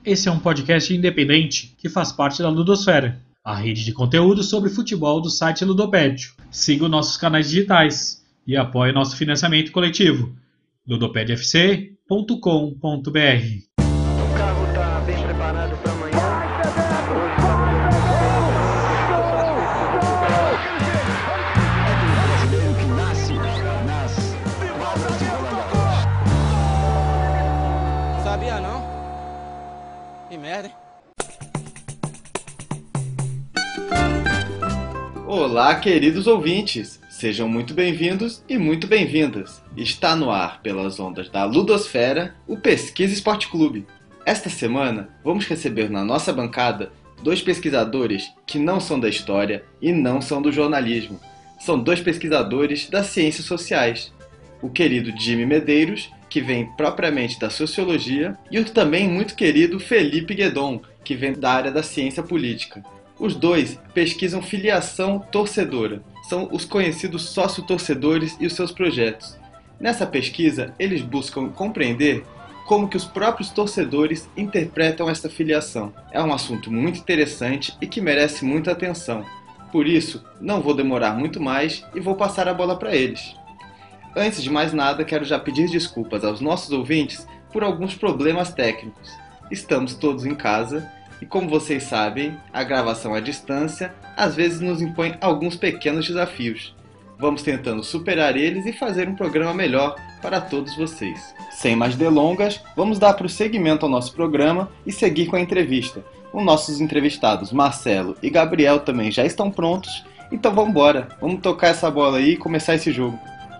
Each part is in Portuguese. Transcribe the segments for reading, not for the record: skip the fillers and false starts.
Esse é um podcast independente que faz parte da Ludosfera, a rede de conteúdo sobre futebol do site Ludopédio. Siga os nossos canais digitais e apoie nosso financiamento coletivo. ludopedfc.com.br. O carro tá bem preparado para amanhã. Brasileiro que nasce nas quadras de Roland Garros. Sabia não? Que merda, hein? Olá, queridos ouvintes! Sejam muito bem-vindos e muito bem-vindas. Está no ar, pelas ondas da Ludosfera, o Pesquisa Esporte Clube. Esta semana, vamos receber na nossa bancada dois pesquisadores que não são da história e não são do jornalismo. São dois pesquisadores das ciências sociais. O querido Jimmy Medeiros, que vem propriamente da sociologia, e o também muito querido Felipe Guedon, que vem da área da ciência política. Os dois pesquisam filiação torcedora. São os conhecidos sócio-torcedores e os seus projetos. Nessa pesquisa, eles buscam compreender como que os próprios torcedores interpretam esta filiação. É um assunto muito interessante e que merece muita atenção. Por isso, não vou demorar muito mais e vou passar a bola para eles. Antes de mais nada, quero já pedir desculpas aos nossos ouvintes por alguns problemas técnicos. Estamos todos em casa e, como vocês sabem, a gravação à distância às vezes nos impõe alguns pequenos desafios. Vamos tentando superar eles e fazer um programa melhor para todos vocês. Sem mais delongas, vamos dar prosseguimento ao nosso programa e seguir com a entrevista. Os nossos entrevistados Marcelo e Gabriel também já estão prontos, então vamos embora. Vamos tocar essa bola aí e começar esse jogo.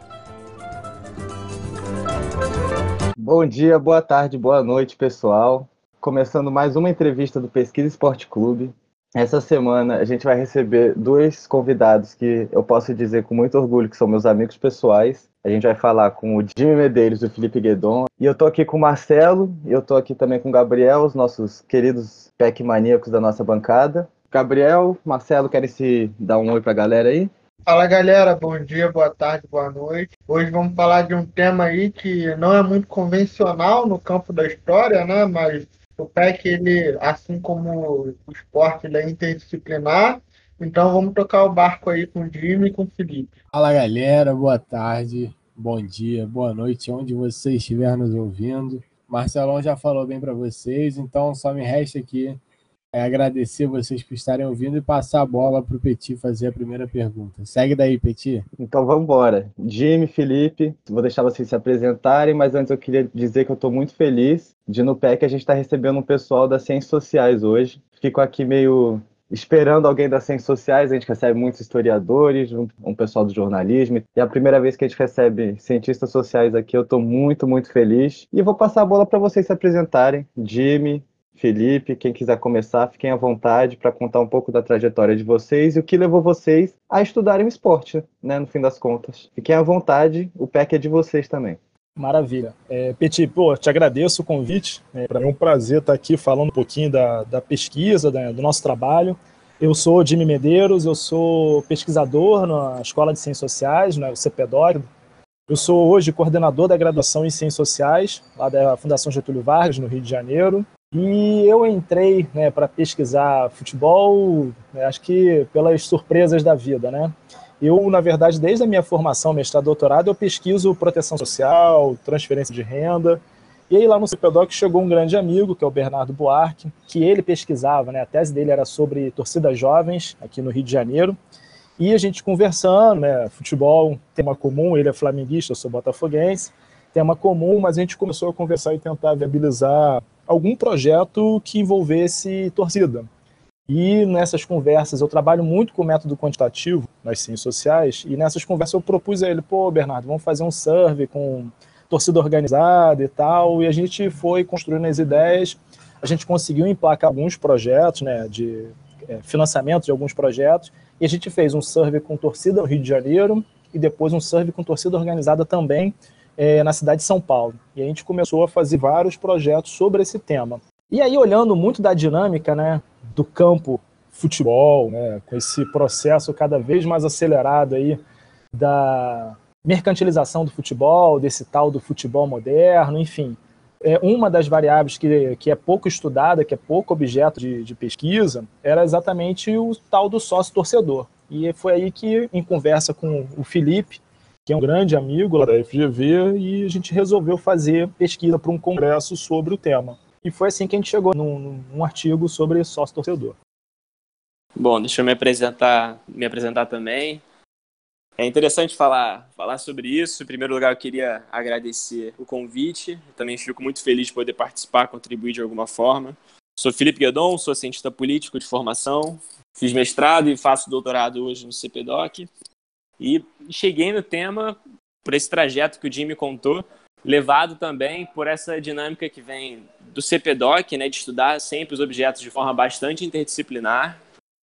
Bom dia, boa tarde, boa noite, pessoal. Começando mais uma entrevista do Pesquisa Esporte Clube. Essa semana a gente vai receber dois convidados que eu posso dizer com muito orgulho que são meus amigos pessoais. A gente vai falar com o Jimmy Medeiros e o Felipe Guedon. E eu tô aqui com o Marcelo, e eu tô aqui também com o Gabriel, os nossos queridos PEC maníacos da nossa bancada. Gabriel, Marcelo, querem se dar um oi pra galera aí? Fala galera, bom dia, boa tarde, boa noite. Hoje vamos falar de um tema aí que não é muito convencional no campo da história, né? Mas o PEC, ele, assim como o esporte, ele é interdisciplinar. Então vamos tocar o barco aí com o Jimmy e com o Felipe. Fala galera, boa tarde, bom dia, boa noite, onde você estiver nos ouvindo. Marcelão já falou bem para vocês, então só me resta aqui agradecer vocês por estarem ouvindo e passar a bola para o Petit fazer a primeira pergunta. Segue daí, Petit. Então vamos embora. Jimmy, Felipe, vou deixar vocês se apresentarem, mas antes eu queria dizer que eu estou muito feliz de no PEC a gente estar recebendo um pessoal das ciências sociais hoje. Fico aqui meio esperando alguém das ciências sociais, a gente recebe muitos historiadores, um pessoal do jornalismo, e é a primeira vez que a gente recebe cientistas sociais aqui, eu estou muito, muito feliz. E vou passar a bola para vocês se apresentarem. Jimmy, Felipe, quem quiser começar, fiquem à vontade para contar um pouco da trajetória de vocês e o que levou vocês a estudarem o esporte, né, no fim das contas. Fiquem à vontade, o PEC é de vocês também. Maravilha. Petit, te agradeço o convite. Para mim é um prazer estar aqui falando um pouquinho da pesquisa, do nosso trabalho. Eu sou Jimmy Medeiros, eu sou pesquisador na Escola de Ciências Sociais, o CPEDOC. Eu sou hoje coordenador da graduação em Ciências Sociais, lá da Fundação Getúlio Vargas, no Rio de Janeiro. E eu entrei para pesquisar futebol, acho que pelas surpresas da vida, né? Eu, na verdade, desde a minha formação, mestrado, doutorado, eu pesquiso proteção social, transferência de renda. E aí lá no CPEDOC chegou um grande amigo, que é o Bernardo Buarque, que ele pesquisava, né? A tese dele era sobre torcidas jovens aqui no Rio de Janeiro. E a gente conversando, né? Futebol, tema comum, ele é flamenguista, eu sou botafoguense. Tema comum, mas a gente começou a conversar e tentar viabilizar algum projeto que envolvesse torcida. E nessas conversas, eu trabalho muito com o método quantitativo nas ciências sociais, e nessas conversas eu propus a ele, Bernardo, vamos fazer um survey com torcida organizada e tal, e a gente foi construindo as ideias, a gente conseguiu emplacar alguns projetos, né, de financiamento de alguns projetos, e a gente fez um survey com torcida no Rio de Janeiro, e depois um survey com torcida organizada também, na cidade de São Paulo. E a gente começou a fazer vários projetos sobre esse tema. E aí, olhando muito da dinâmica, né, do campo futebol, né, com esse processo cada vez mais acelerado aí da mercantilização do futebol, desse tal do futebol moderno, enfim, uma das variáveis que é pouco estudada, que é pouco objeto de pesquisa, era exatamente o tal do sócio-torcedor. E foi aí que, em conversa com o Felipe, que é um grande amigo lá da FGV, e a gente resolveu fazer pesquisa para um congresso sobre o tema. E foi assim que a gente chegou num artigo sobre sócio-torcedor. Bom, deixa eu me apresentar também. É interessante falar sobre isso. Em primeiro lugar, eu queria agradecer o convite. Eu também fico muito feliz de poder participar, contribuir de alguma forma. Sou Felipe Guedon, sou cientista político de formação. Fiz mestrado e faço doutorado hoje no CPDOC. E cheguei no tema por esse trajeto que o Jimmy contou, levado também por essa dinâmica que vem do CPDOC, né, de estudar sempre os objetos de forma bastante interdisciplinar,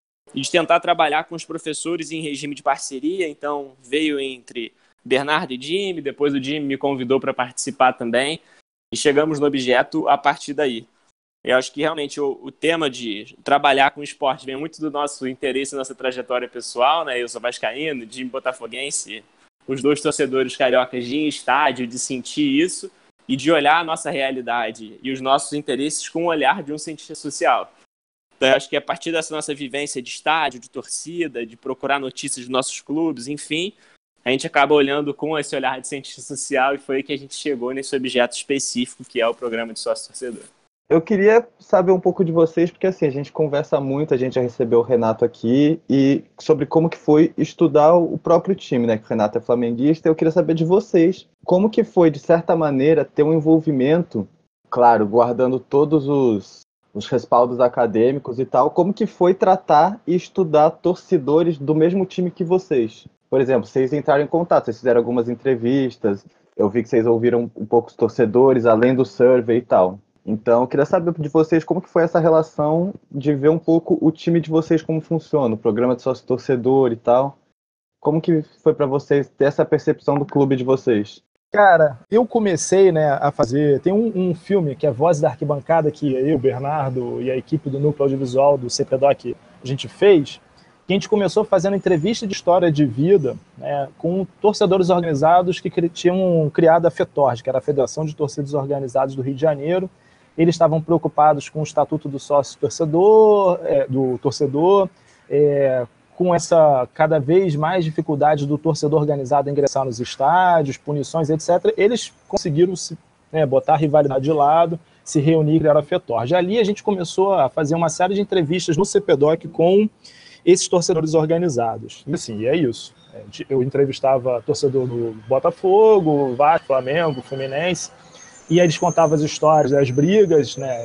e de tentar trabalhar com os professores em regime de parceria. Então, veio entre Bernardo e Jimmy, depois o Jimmy me convidou para participar também, e chegamos no objeto a partir daí. Eu acho que realmente o tema de trabalhar com esporte vem muito do nosso interesse, nossa trajetória pessoal, né? Eu sou vascaíno, Jimmy botafoguense, os dois torcedores cariocas de ir em estádio, de sentir isso, e de olhar a nossa realidade e os nossos interesses com o olhar de um cientista social. Então, eu acho que a partir dessa nossa vivência de estádio, de torcida, de procurar notícias dos nossos clubes, enfim, a gente acaba olhando com esse olhar de cientista social, e foi aí que a gente chegou nesse objeto específico que é o programa de sócio-torcedor. Eu queria saber um pouco de vocês, porque assim, a gente conversa muito, a gente já recebeu o Renato aqui, e sobre como que foi estudar o próprio time, né? Que o Renato é flamenguista. Eu queria saber de vocês, como que foi, de certa maneira, ter um envolvimento, claro, guardando todos os respaldos acadêmicos e tal, como que foi tratar e estudar torcedores do mesmo time que vocês? Por exemplo, vocês entraram em contato, vocês fizeram algumas entrevistas, eu vi que vocês ouviram um pouco os torcedores, além do survey e tal. Então, eu queria saber de vocês como que foi essa relação de ver um pouco o time de vocês, como funciona, o programa de sócio-torcedor e tal. Como que foi para vocês ter essa percepção do clube de vocês? Cara, eu comecei, né, a fazer... Tem um filme que é Voz da Arquibancada, que eu, o Bernardo e a equipe do Núcleo Audiovisual do CPDOC a gente fez, que a gente começou fazendo entrevista de história de vida, né, com torcedores organizados que tinham criado a FETORG, que era a Federação de Torcidas Organizadas do Rio de Janeiro. Eles estavam preocupados com o estatuto do sócio-torcedor, do torcedor, com essa cada vez mais dificuldade do torcedor organizado a ingressar nos estádios, punições, etc. Eles conseguiram botar a rivalidade de lado, se reunir e criar a FETORG. Ali a gente começou a fazer uma série de entrevistas no CPDOC com esses torcedores organizados. E assim, é isso. Eu entrevistava torcedor do Botafogo, Vasco, Flamengo, Fluminense, e aí eles contavam as histórias das brigas, né,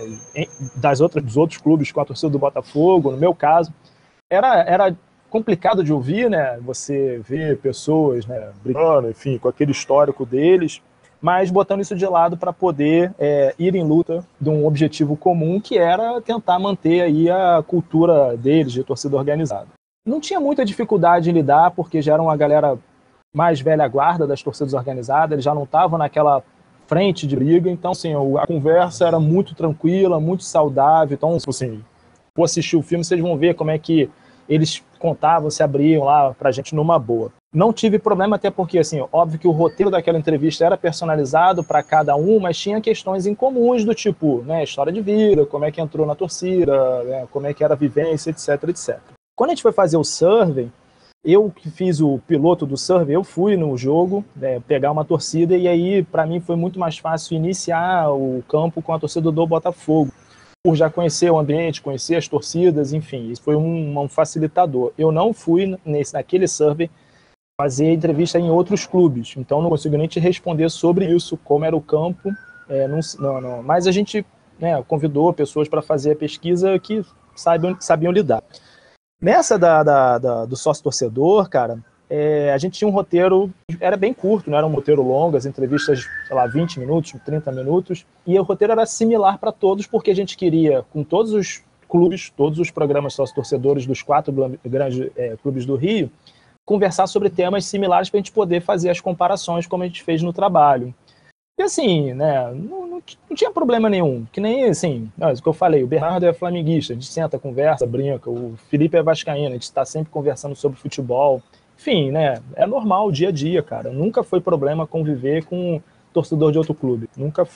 dos outros clubes com a torcida do Botafogo. No meu caso, era complicado de ouvir, né, você vê pessoas, né, brigando, enfim, com aquele histórico deles, mas botando isso de lado para poder ir em luta de um objetivo comum, que era tentar manter aí a cultura deles, de torcida organizada. Não tinha muita dificuldade em lidar, porque já era uma galera mais velha guarda das torcidas organizadas, eles já não estavam naquela frente de briga, então assim, a conversa era muito tranquila, muito saudável. Então, assim, vou assistir o filme, vocês vão ver como é que eles contavam, se abriam lá pra gente numa boa. Não tive problema, até porque, assim, óbvio que o roteiro daquela entrevista era personalizado para cada um, mas tinha questões incomuns do tipo, né, história de vida, como é que entrou na torcida, né, como é que era a vivência, etc, etc. Quando a gente foi fazer o survey, eu que fiz o piloto do survey, eu fui no jogo, pegar uma torcida, e aí para mim foi muito mais fácil iniciar o campo com a torcida do Botafogo, por já conhecer o ambiente, conhecer as torcidas, enfim, isso foi um facilitador. Eu não fui naquele survey fazer entrevista em outros clubes, então não consigo nem te responder sobre isso, como era o campo, não. Mas a gente, né, convidou pessoas para fazer a pesquisa que sabiam lidar. Nessa do sócio-torcedor, cara, a gente tinha um roteiro, era bem curto, não era um roteiro longo, as entrevistas, sei lá, 20 minutos, 30 minutos, e o roteiro era similar para todos, porque a gente queria, com todos os clubes, todos os programas sócio-torcedores dos 4 grandes clubes do Rio, conversar sobre temas similares para a gente poder fazer as comparações, como a gente fez no trabalho. E assim, né, não tinha problema nenhum, que nem assim, o que eu falei, o Bernardo é flamenguista, a gente senta, conversa, brinca, o Felipe é vascaíno, a gente está sempre conversando sobre futebol. Enfim, né, é normal, dia a dia, cara. Nunca foi problema conviver com torcedor de outro clube, nunca foi.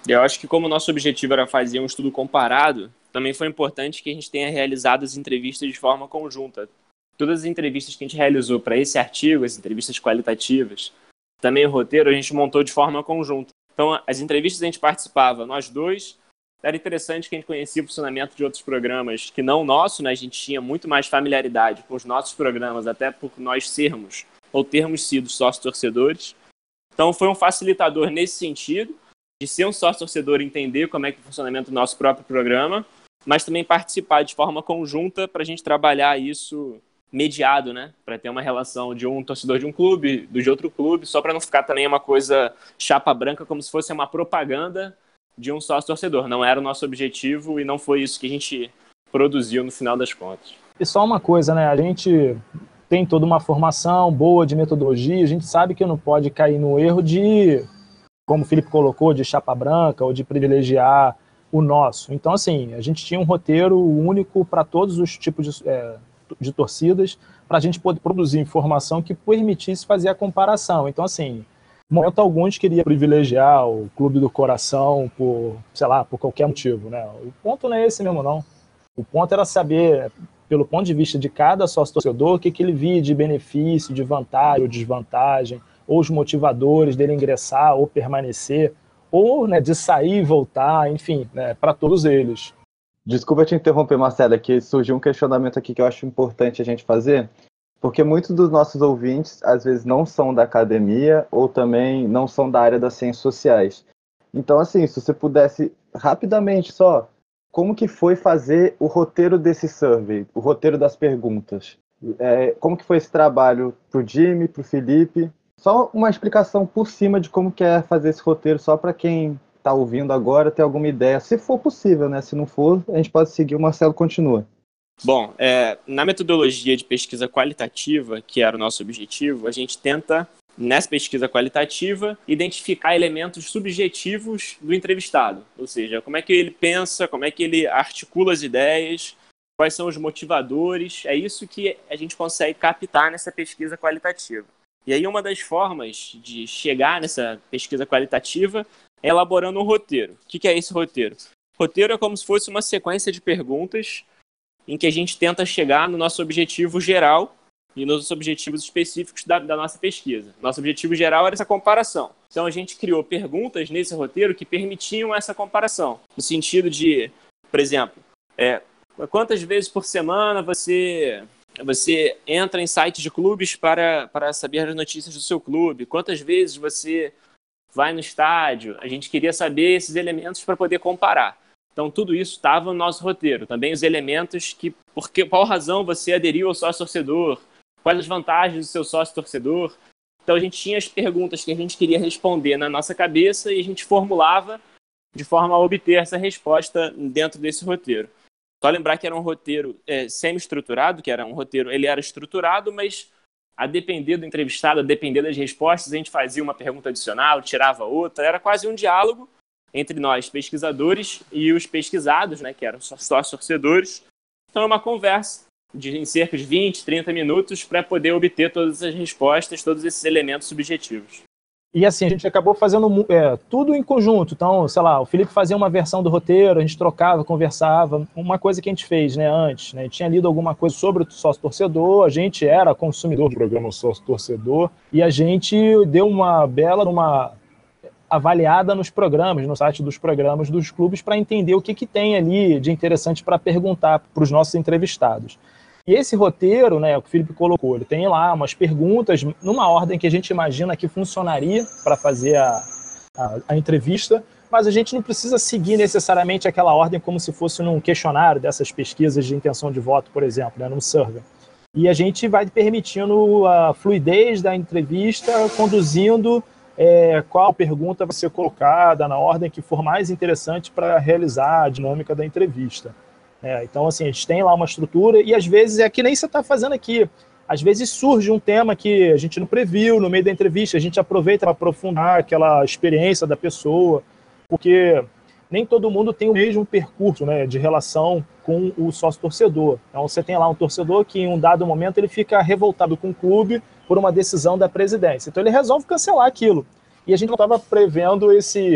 Eu acho que como o nosso objetivo era fazer um estudo comparado, também foi importante que a gente tenha realizado as entrevistas de forma conjunta. Todas as entrevistas que a gente realizou para esse artigo, as entrevistas qualitativas, também o roteiro, a gente montou de forma conjunta. Então, as entrevistas a gente participava, nós dois. Era interessante que a gente conhecia o funcionamento de outros programas que não o nosso, né? A gente tinha muito mais familiaridade com os nossos programas, até por nós sermos ou termos sido sócios-torcedores. Então, foi um facilitador nesse sentido, de ser um sócio-torcedor e entender como é que é o funcionamento do nosso próprio programa, mas também participar de forma conjunta para a gente trabalhar isso mediado, né? Para ter uma relação de um torcedor de um clube, do de outro clube, só para não ficar também uma coisa chapa branca, como se fosse uma propaganda de um sócio-torcedor. Não era o nosso objetivo e não foi isso que a gente produziu no final das contas. E só uma coisa, né? A gente tem toda uma formação boa de metodologia, a gente sabe que não pode cair no erro de, como o Felipe colocou, de chapa branca ou de privilegiar o nosso. Então, assim, a gente tinha um roteiro único para todos os tipos de torcidas, para a gente poder produzir informação que permitisse fazer a comparação. Então, assim, em momento algum a gente queria privilegiar o clube do coração por, sei lá, por qualquer motivo, né? O ponto não é esse mesmo, não. O ponto era saber, pelo ponto de vista de cada sócio-torcedor, o que ele via de benefício, de vantagem ou desvantagem, ou os motivadores dele ingressar ou permanecer, ou, né, de sair e voltar, enfim, né, para todos eles. Desculpa te interromper, Marcelo, que surgiu um questionamento aqui que eu acho importante a gente fazer, porque muitos dos nossos ouvintes, às vezes, não são da academia ou também não são da área das ciências sociais. Então, assim, se você pudesse, rapidamente só, como que foi fazer o roteiro desse survey, o roteiro das perguntas? Como que foi esse trabalho pro Jimmy, pro Felipe? Só uma explicação por cima de como que é fazer esse roteiro, só para quem está ouvindo agora ter alguma ideia, se for possível, né? Se não for, a gente pode seguir, o Marcelo continua. Bom, na metodologia de pesquisa qualitativa, que era o nosso objetivo, a gente tenta, nessa pesquisa qualitativa, identificar elementos subjetivos do entrevistado. Ou seja, como é que ele pensa, como é que ele articula as ideias, quais são os motivadores. É isso que a gente consegue captar nessa pesquisa qualitativa. E aí uma das formas de chegar nessa pesquisa qualitativa é elaborando um roteiro. O que é esse roteiro? Roteiro é como se fosse uma sequência de perguntas em que a gente tenta chegar no nosso objetivo geral e nos objetivos específicos da nossa pesquisa. Nosso objetivo geral era essa comparação. Então a gente criou perguntas nesse roteiro que permitiam essa comparação. No sentido de, por exemplo, quantas vezes por semana você entra em sites de clubes para saber as notícias do seu clube? Quantas vezes você vai no estádio? A gente queria saber esses elementos para poder comparar. Então, tudo isso estava no nosso roteiro. Também os elementos por qual razão você aderiu ao sócio-torcedor, quais as vantagens do seu sócio-torcedor. Então, a gente tinha as perguntas que a gente queria responder na nossa cabeça e a gente formulava de forma a obter essa resposta dentro desse roteiro. Só lembrar que era um roteiro semi-estruturado, que era um roteiro, ele era estruturado, mas a depender do entrevistado, a depender das respostas, a gente fazia uma pergunta adicional, tirava outra, era quase um diálogo entre nós, pesquisadores, e os pesquisados, né, que eram sócios-torcedores. Então é uma conversa em cerca de 20, 30 minutos para poder obter todas as respostas, todos esses elementos subjetivos. E assim, a gente acabou fazendo tudo em conjunto. Então, sei lá, o Felipe fazia uma versão do roteiro, a gente trocava, conversava. Uma coisa que a gente fez, né, antes, né, a gente tinha lido alguma coisa sobre o sócio-torcedor, a gente era consumidor do programa sócio-torcedor, e a gente deu uma avaliada nos programas, no site dos programas dos clubes, para entender o que tem ali de interessante para perguntar para os nossos entrevistados. E esse roteiro, né, o que o Felipe colocou, ele tem lá umas perguntas numa ordem que a gente imagina que funcionaria para fazer a entrevista, mas a gente não precisa seguir necessariamente aquela ordem como se fosse num questionário dessas pesquisas de intenção de voto, por exemplo, né, num survey. E a gente vai permitindo a fluidez da entrevista, conduzindo qual pergunta vai ser colocada na ordem que for mais interessante para realizar a dinâmica da entrevista. Então, assim, a gente tem lá uma estrutura e, às vezes, é que nem você está fazendo aqui. Às vezes surge um tema que a gente não previu no meio da entrevista, a gente aproveita para aprofundar aquela experiência da pessoa, porque nem todo mundo tem o mesmo percurso, né, de relação com o sócio-torcedor. Então, você tem lá um torcedor que, em um dado momento, ele fica revoltado com o clube por uma decisão da presidência. Então, ele resolve cancelar aquilo. E a gente não estava prevendo esse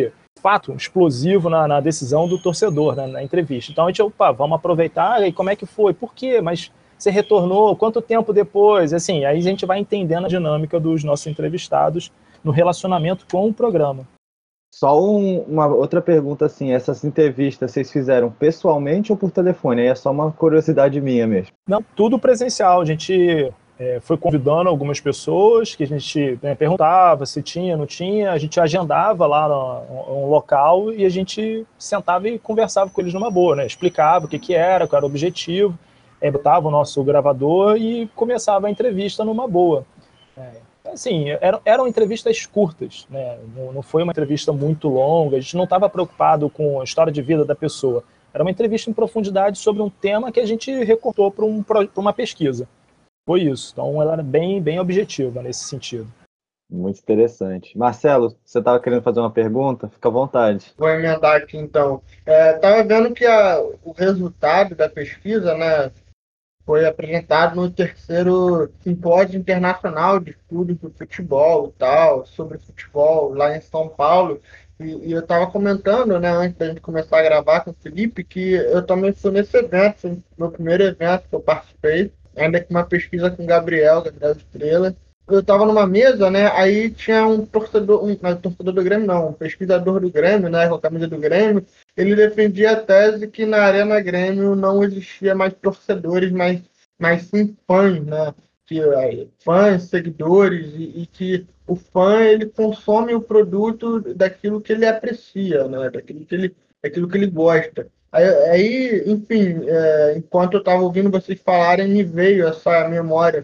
fato explosivo na decisão do torcedor, né, na entrevista. Então a gente, vamos aproveitar, e como é que foi? Por quê? Mas você retornou? Quanto tempo depois? Assim, aí a gente vai entendendo a dinâmica dos nossos entrevistados no relacionamento com o programa. Só uma outra pergunta, assim, essas entrevistas vocês fizeram pessoalmente ou por telefone? Aí é só uma curiosidade minha mesmo. Não, tudo presencial. A gente foi convidando algumas pessoas que a gente perguntava se tinha, não tinha. A gente agendava lá um local e a gente sentava e conversava com eles numa boa, né? Explicava o que era, qual era o objetivo, botava o nosso gravador e começava a entrevista numa boa. Assim, eram entrevistas curtas, né? Não foi uma entrevista muito longa, a gente não estava preocupado com a história de vida da pessoa. Era uma entrevista em profundidade sobre um tema que a gente recortou para uma pesquisa. Foi isso. Então, ela era bem, bem objetiva nesse sentido. Muito interessante. Marcelo, você estava querendo fazer uma pergunta? Fica à vontade. Vou emendar aqui, então. Estava vendo que o resultado da pesquisa, né, foi apresentado no 3º Simpósio Internacional de Estudos do Futebol, tal, sobre futebol, lá em São Paulo. E eu estava comentando, né, antes da gente começar a gravar com o Felipe, que eu também fui nesse evento, meu primeiro evento que eu participei, ainda com uma pesquisa com o Gabriel Estrela. Eu estava numa mesa, né, aí tinha um torcedor do Grêmio, não, um pesquisador do Grêmio, né, com a camisa do Grêmio. Ele defendia a tese que na Arena Grêmio não existia mais torcedores, mas sim fãs, né? Fãs, seguidores, e que o fã ele consome o produto daquilo que ele aprecia, né? Daquilo que ele gosta. Aí enfim, enquanto eu estava ouvindo vocês falarem, me veio essa memória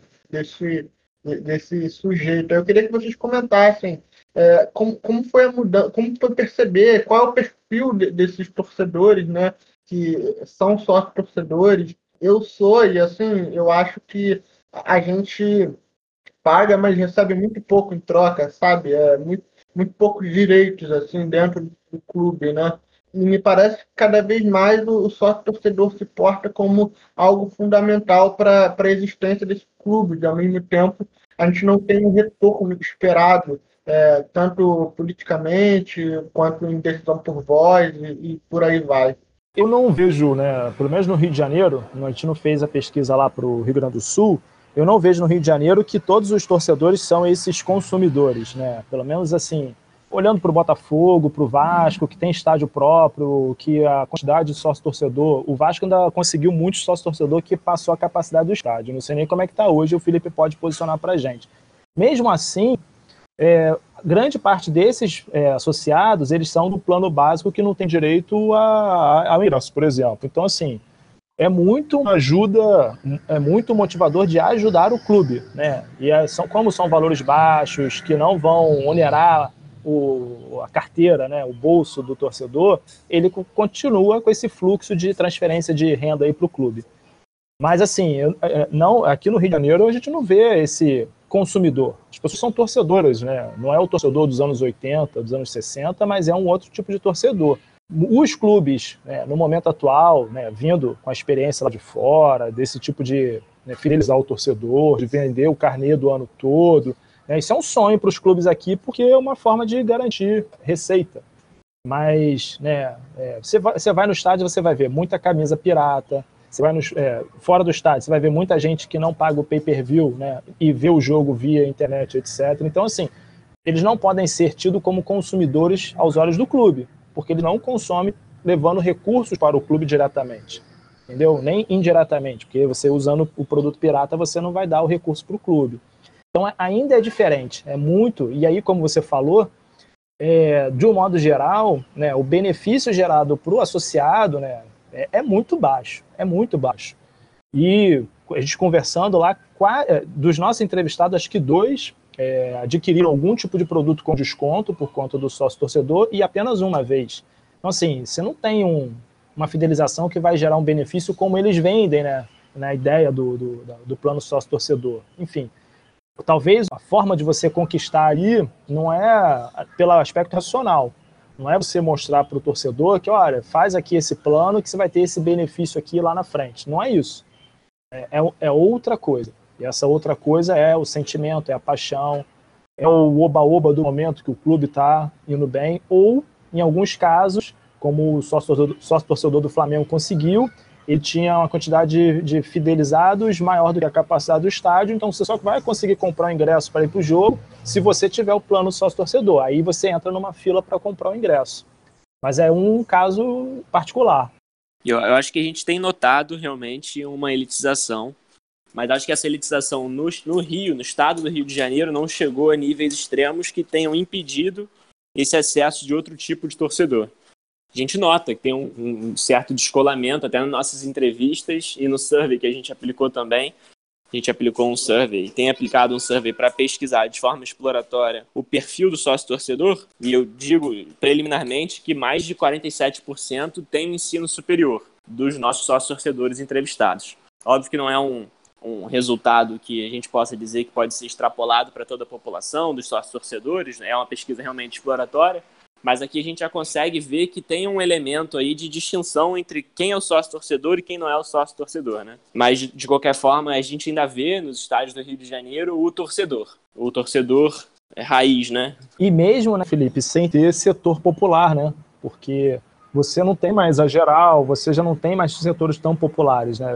desse sujeito. Eu queria que vocês comentassem como foi a mudança, como foi perceber, qual é o perfil desses torcedores, né, que são sócios torcedores. Eu sou, e assim, eu acho que a gente paga, mas recebe muito pouco em troca, sabe? Muito poucos direitos, assim, dentro do clube, né? E me parece que cada vez mais o sócio torcedor se porta como algo fundamental para a existência desse clube. E, ao mesmo tempo, a gente não tem um retorno esperado, tanto politicamente quanto em decisão por voz e por aí vai. Eu não vejo, né, pelo menos no Rio de Janeiro, a gente não fez a pesquisa lá para o Rio Grande do Sul, eu não vejo no Rio de Janeiro que todos os torcedores são esses consumidores, né? Pelo menos assim, olhando para o Botafogo, para o Vasco, que tem estádio próprio, que a quantidade de sócio-torcedor, o Vasco ainda conseguiu muitos sócio-torcedor que passou a capacidade do estádio. Não sei nem como é que está hoje, o Felipe pode posicionar para a gente. Mesmo assim, grande parte desses associados, eles são do plano básico que não tem direito ao ingresso, por exemplo. Então, assim, é muito ajuda, é muito motivador de ajudar o clube, né? E como são valores baixos, que não vão onerar a carteira, né, o bolso do torcedor, ele continua com esse fluxo de transferência de renda aí para o clube. Mas, assim, aqui no Rio de Janeiro a gente não vê esse consumidor. As pessoas são torcedoras, né? Não é o torcedor dos anos 80, dos anos 60, mas é um outro tipo de torcedor. Os clubes, né, no momento atual, né, vindo com a experiência lá de fora, desse tipo de fidelizar o torcedor, de vender o carnê do ano todo, né, isso é um sonho para os clubes aqui, porque é uma forma de garantir receita. Mas, né, você vai no estádio, você vai ver muita camisa pirata. Você vai fora do estádio, você vai ver muita gente que não paga o pay-per-view, né, e vê o jogo via internet, etc. Então, assim, eles não podem ser tidos como consumidores aos olhos do clube, porque eles não consomem levando recursos para o clube diretamente, entendeu? Nem indiretamente, porque você usando o produto pirata, você não vai dar o recurso para o clube. Então, ainda é diferente, é muito. E aí, como você falou, de um modo geral, né, o benefício gerado para o associado, né, é muito baixo, é muito baixo. E a gente conversando lá, dos nossos entrevistados, acho que 2 adquiriram algum tipo de produto com desconto por conta do sócio-torcedor e apenas uma vez. Então, assim, você não tem uma fidelização que vai gerar um benefício como eles vendem, né, na ideia do plano sócio-torcedor. Enfim, talvez a forma de você conquistar aí não é pelo aspecto racional. Não é você mostrar para o torcedor que, olha, faz aqui esse plano que você vai ter esse benefício aqui lá na frente. Não é isso. É outra coisa. E essa outra coisa é o sentimento, é a paixão, é o oba-oba do momento que o clube está indo bem, ou Em alguns casos, como o sócio-torcedor do Flamengo conseguiu, ele tinha uma quantidade de fidelizados maior do que a capacidade do estádio, então você só vai conseguir comprar o ingresso para ir para o jogo se você tiver o plano sócio-torcedor. Aí você entra numa fila para comprar o ingresso. Mas é um caso particular. Eu acho que a gente tem notado realmente uma elitização, mas acho que essa elitização no Rio, no estado do Rio de Janeiro, não chegou a níveis extremos que tenham impedido esse acesso de outro tipo de torcedor. A gente nota que tem um certo descolamento até nas nossas entrevistas e no survey que a gente aplicou também. A gente aplicou um survey, tem aplicado um survey para pesquisar de forma exploratória o perfil do sócio-torcedor, e eu digo preliminarmente que mais de 47% tem o ensino superior dos nossos sócios-torcedores entrevistados. Óbvio que não é um resultado que a gente possa dizer que pode ser extrapolado para toda a população dos sócios-torcedores, né? É uma pesquisa realmente exploratória, mas aqui a gente já consegue ver que tem um elemento aí de distinção entre quem é o sócio-torcedor e quem não é o sócio-torcedor, né? Mas, de qualquer forma, a gente ainda vê nos estádios do Rio de Janeiro o torcedor raiz, né? E mesmo, né, Felipe, sem ter setor popular, né? Porque você não tem mais a geral, você já não tem mais setores tão populares, né?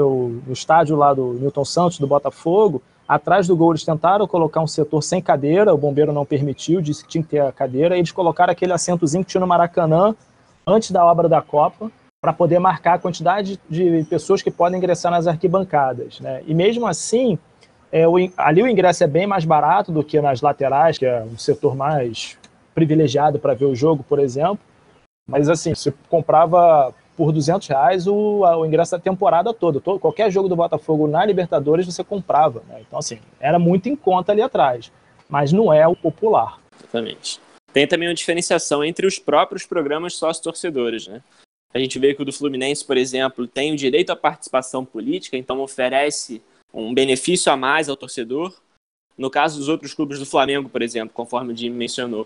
No estádio lá do Newton Santos, do Botafogo, atrás do gol eles tentaram colocar um setor sem cadeira, o bombeiro não permitiu, disse que tinha que ter a cadeira, e eles colocaram aquele assentozinho que tinha no Maracanã antes da obra da Copa, para poder marcar a quantidade de pessoas que podem ingressar nas arquibancadas, né? E mesmo assim, ali o ingresso é bem mais barato do que nas laterais, que é um setor mais privilegiado para ver o jogo, por exemplo. Mas assim, você comprava por R$200 o ingresso da temporada toda. Qualquer jogo do Botafogo na Libertadores você comprava, né? Então assim, era muito em conta ali atrás, mas não é o popular. Exatamente. Tem também uma diferenciação entre os próprios programas sócio-torcedores, né? A gente vê que o do Fluminense, por exemplo, tem o direito à participação política, então oferece um benefício a mais ao torcedor. No caso dos outros clubes do Flamengo, por exemplo, conforme o Jimmy mencionou,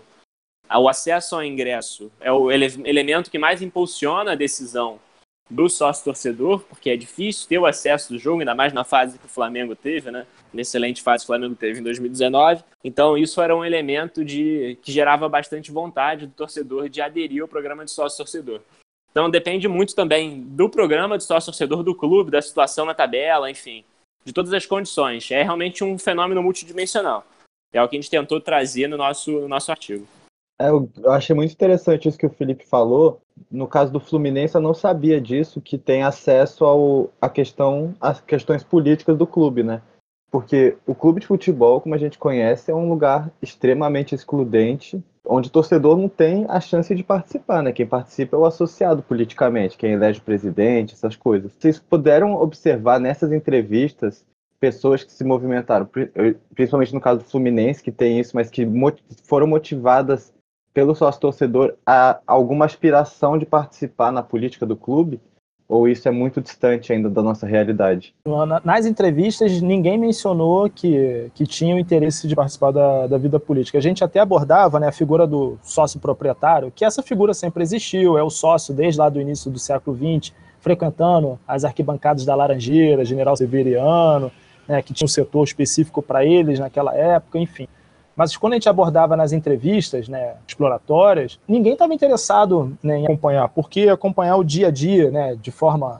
o acesso ao ingresso é o elemento que mais impulsiona a decisão do sócio-torcedor, porque é difícil ter o acesso do jogo, ainda mais na fase que o Flamengo teve, né? Na excelente fase que o Flamengo teve em 2019. Então isso era um elemento que gerava bastante vontade do torcedor de aderir ao programa de sócio-torcedor. Então depende muito também do programa de sócio-torcedor do clube, da situação na tabela, enfim, de todas as condições. É realmente um fenômeno multidimensional. É o que a gente tentou trazer no nosso artigo. Eu achei muito interessante isso que o Felipe falou. No caso do Fluminense, eu não sabia disso, que tem acesso às questões políticas do clube, né? Porque o clube de futebol, como a gente conhece, é um lugar extremamente excludente, onde o torcedor não tem a chance de participar, né? Quem participa é o associado politicamente, quem elege o presidente, essas coisas. Vocês puderam observar nessas entrevistas pessoas que se movimentaram, principalmente no caso do Fluminense, que tem isso, mas que foram motivadas pelo sócio-torcedor a alguma aspiração de participar na política do clube? Ou isso é muito distante ainda da nossa realidade? Nas entrevistas, ninguém mencionou que tinha o interesse de participar da vida política. A gente até abordava, né, a figura do sócio proprietário, que essa figura sempre existiu, é o sócio desde lá do início do século XX, frequentando as arquibancadas da Laranjeira, General Severiano, né, que tinha um setor específico para eles naquela época, enfim. Mas quando a gente abordava nas entrevistas, né, exploratórias, ninguém estava interessado, né, em acompanhar, porque acompanhar o dia a dia, né, de forma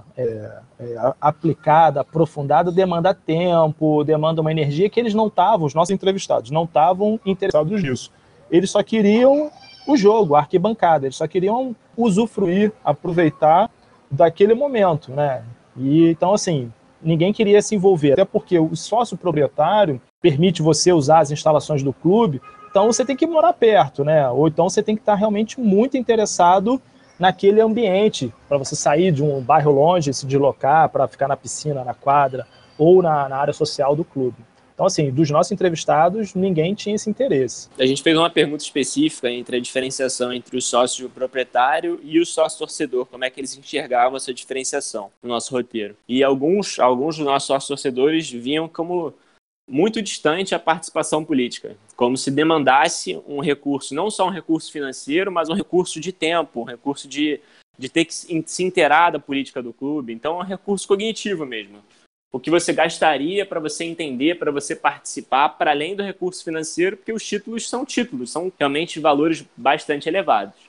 aplicada, aprofundada, demanda tempo, demanda uma energia que eles não estavam, os nossos entrevistados, não estavam interessados nisso. Eles só queriam o jogo, a arquibancada, eles só queriam usufruir, aproveitar daquele momento, né? E então, assim, ninguém queria se envolver, até porque o sócio proprietário permite você usar as instalações do clube, então você tem que morar perto, né? Ou então você tem que estar realmente muito interessado naquele ambiente, para você sair de um bairro longe, se deslocar para ficar na piscina, na quadra, ou na área social do clube. Então, assim, dos nossos entrevistados, ninguém tinha esse interesse. A gente fez uma pergunta específica entre a diferenciação entre o sócio proprietário e o sócio torcedor, como é que eles enxergavam essa diferenciação no nosso roteiro. E alguns dos nossos sócios torcedores viam como muito distante a participação política, como se demandasse um recurso, não só um recurso financeiro, mas um recurso de tempo, um recurso de ter que se inteirar da política do clube. Então é um recurso cognitivo mesmo. O que você gastaria para você entender, para você participar, para além do recurso financeiro, porque os títulos são realmente valores bastante elevados.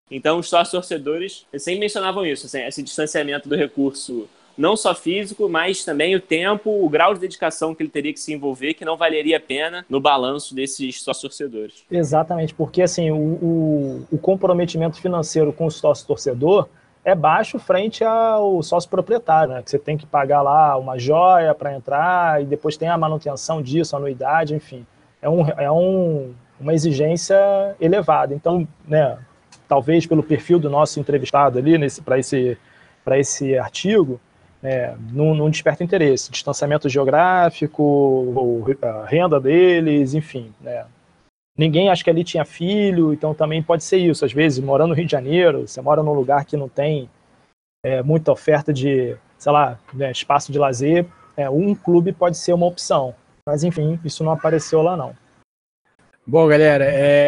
Então, os sócios-torcedores sempre mencionavam isso, assim, esse distanciamento do recurso, não só físico, mas também o tempo, o grau de dedicação que ele teria que se envolver, que não valeria a pena no balanço desses sócios-torcedores. Exatamente, porque assim, o comprometimento financeiro com o sócio-torcedor é baixo frente ao sócio proprietário, né? Que você tem que pagar lá uma joia para entrar e depois tem a manutenção disso, a anuidade, enfim. Uma exigência elevada. Então, né, talvez pelo perfil do nosso entrevistado ali para esse artigo, não desperta interesse. Distanciamento geográfico, a renda deles, enfim, né? Ninguém acha que ali tinha filho, então também pode ser isso. Às vezes, morando no Rio de Janeiro, você mora num lugar que não tem muita oferta de, sei lá, né, espaço de lazer, um clube pode ser uma opção. Mas, enfim, isso não apareceu lá, não. Bom, galera,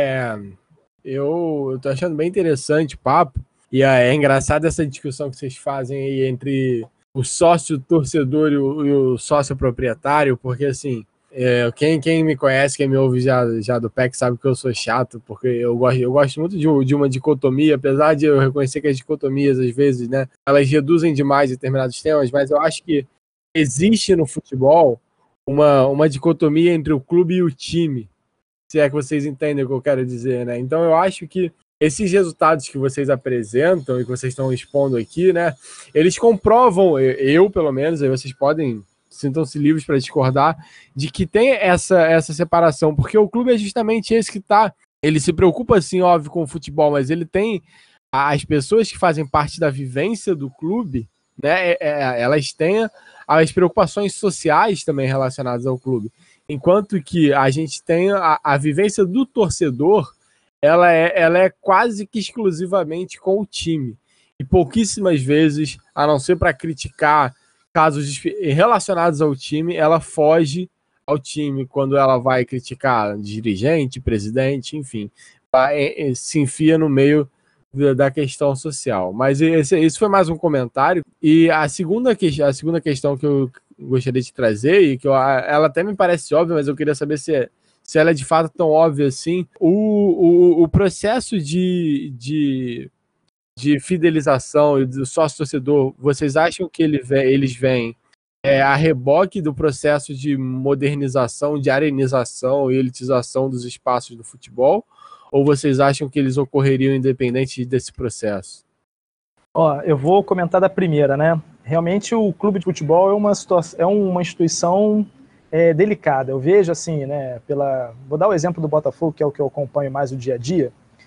eu tô achando bem interessante o papo, e é engraçado essa discussão que vocês fazem aí entre o sócio-torcedor e o sócio-proprietário, porque, assim, quem me conhece, quem me ouve já do PEC sabe que eu sou chato, porque eu gosto muito de uma dicotomia, apesar de eu reconhecer que as dicotomias, às vezes, né, elas reduzem demais determinados temas, mas eu acho que existe no futebol uma dicotomia entre o clube e o time, se é que vocês entendem o que eu quero dizer, né? Então eu acho que esses resultados que vocês apresentam e que vocês estão expondo aqui, né, eles comprovam, eu pelo menos, aí vocês podem, sintam-se livres para discordar, de que tem essa separação, porque o clube é justamente esse que ele se preocupa, assim, óbvio, com o futebol, mas ele tem as pessoas que fazem parte da vivência do clube, né, elas têm as preocupações sociais também relacionadas ao clube, enquanto que a gente tem a vivência do torcedor, ela é quase que exclusivamente com o time, e pouquíssimas vezes, a não ser para criticar casos relacionados ao time, ela foge ao time quando ela vai criticar dirigente, presidente, enfim, se enfia no meio da questão social. Mas esse foi mais um comentário. E a segunda questão que eu gostaria de trazer, e que ela até me parece óbvia, mas eu queria saber se ela é de fato tão óbvia assim, o processo de fidelização e do sócio-torcedor, vocês acham que eles vêm a reboque do processo de modernização, de arenização e elitização dos espaços do futebol? Ou vocês acham que eles ocorreriam independente desse processo? Eu vou comentar da primeira, né? Realmente o clube de futebol é uma instituição delicada. Eu vejo assim, né? Vou dar o exemplo do Botafogo, que é o que eu acompanho mais o dia a dia.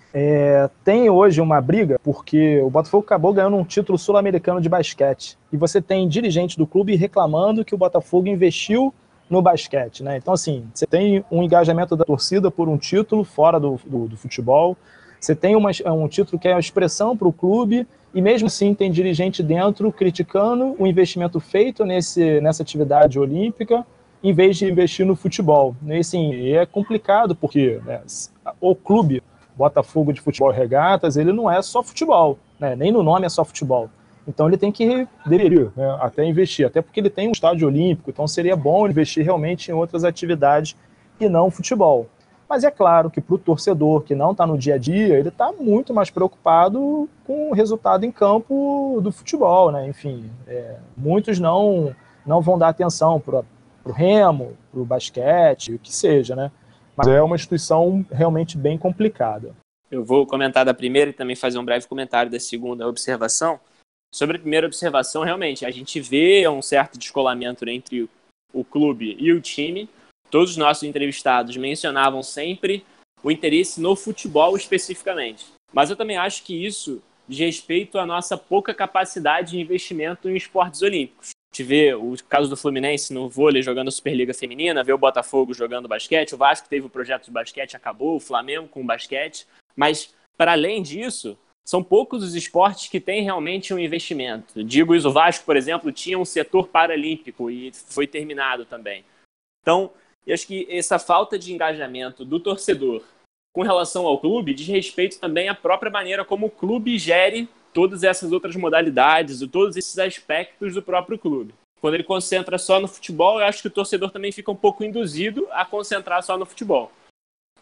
Tem hoje uma briga, porque o Botafogo acabou ganhando um título sul-americano de basquete. E você tem dirigentes do clube reclamando que o Botafogo investiu no basquete, né? Então, assim, você tem um engajamento da torcida por um título fora do futebol, você tem um título que é uma expressão para o clube, e mesmo assim tem dirigente dentro criticando o investimento feito nessa atividade olímpica, em vez de investir no futebol. E, assim, é complicado, porque, né, o clube Botafogo de Futebol e Regatas, ele não é só futebol, né? Nem no nome é só futebol. Então ele deveria, né, até investir, até porque ele tem um estádio olímpico, então seria bom investir realmente em outras atividades e não futebol. Mas é claro que para o torcedor que não está no dia a dia, ele está muito mais preocupado com o resultado em campo do futebol, né? Enfim, muitos não vão dar atenção para o remo, para o basquete, o que seja, né? Mas é uma instituição realmente bem complicada. Eu vou comentar da primeira e também fazer um breve comentário da segunda observação. Sobre a primeira observação, realmente, a gente vê um certo descolamento entre o clube e o time. Todos os nossos entrevistados mencionavam sempre o interesse no futebol especificamente. Mas eu também acho que isso diz respeito à nossa pouca capacidade de investimento em esportes olímpicos. A gente vê o caso do Fluminense no vôlei jogando a Superliga Feminina, vê o Botafogo jogando basquete, o Vasco teve o projeto de basquete, acabou, o Flamengo com basquete. Mas, para além disso, são poucos os esportes que têm realmente um investimento. Digo isso, o Vasco, por exemplo, tinha um setor paralímpico e foi terminado também. Então, eu acho que essa falta de engajamento do torcedor com relação ao clube diz respeito também à própria maneira como o clube gere todas essas outras modalidades e todos esses aspectos do próprio clube. Quando ele concentra só no futebol, eu acho que o torcedor também fica um pouco induzido a concentrar só no futebol.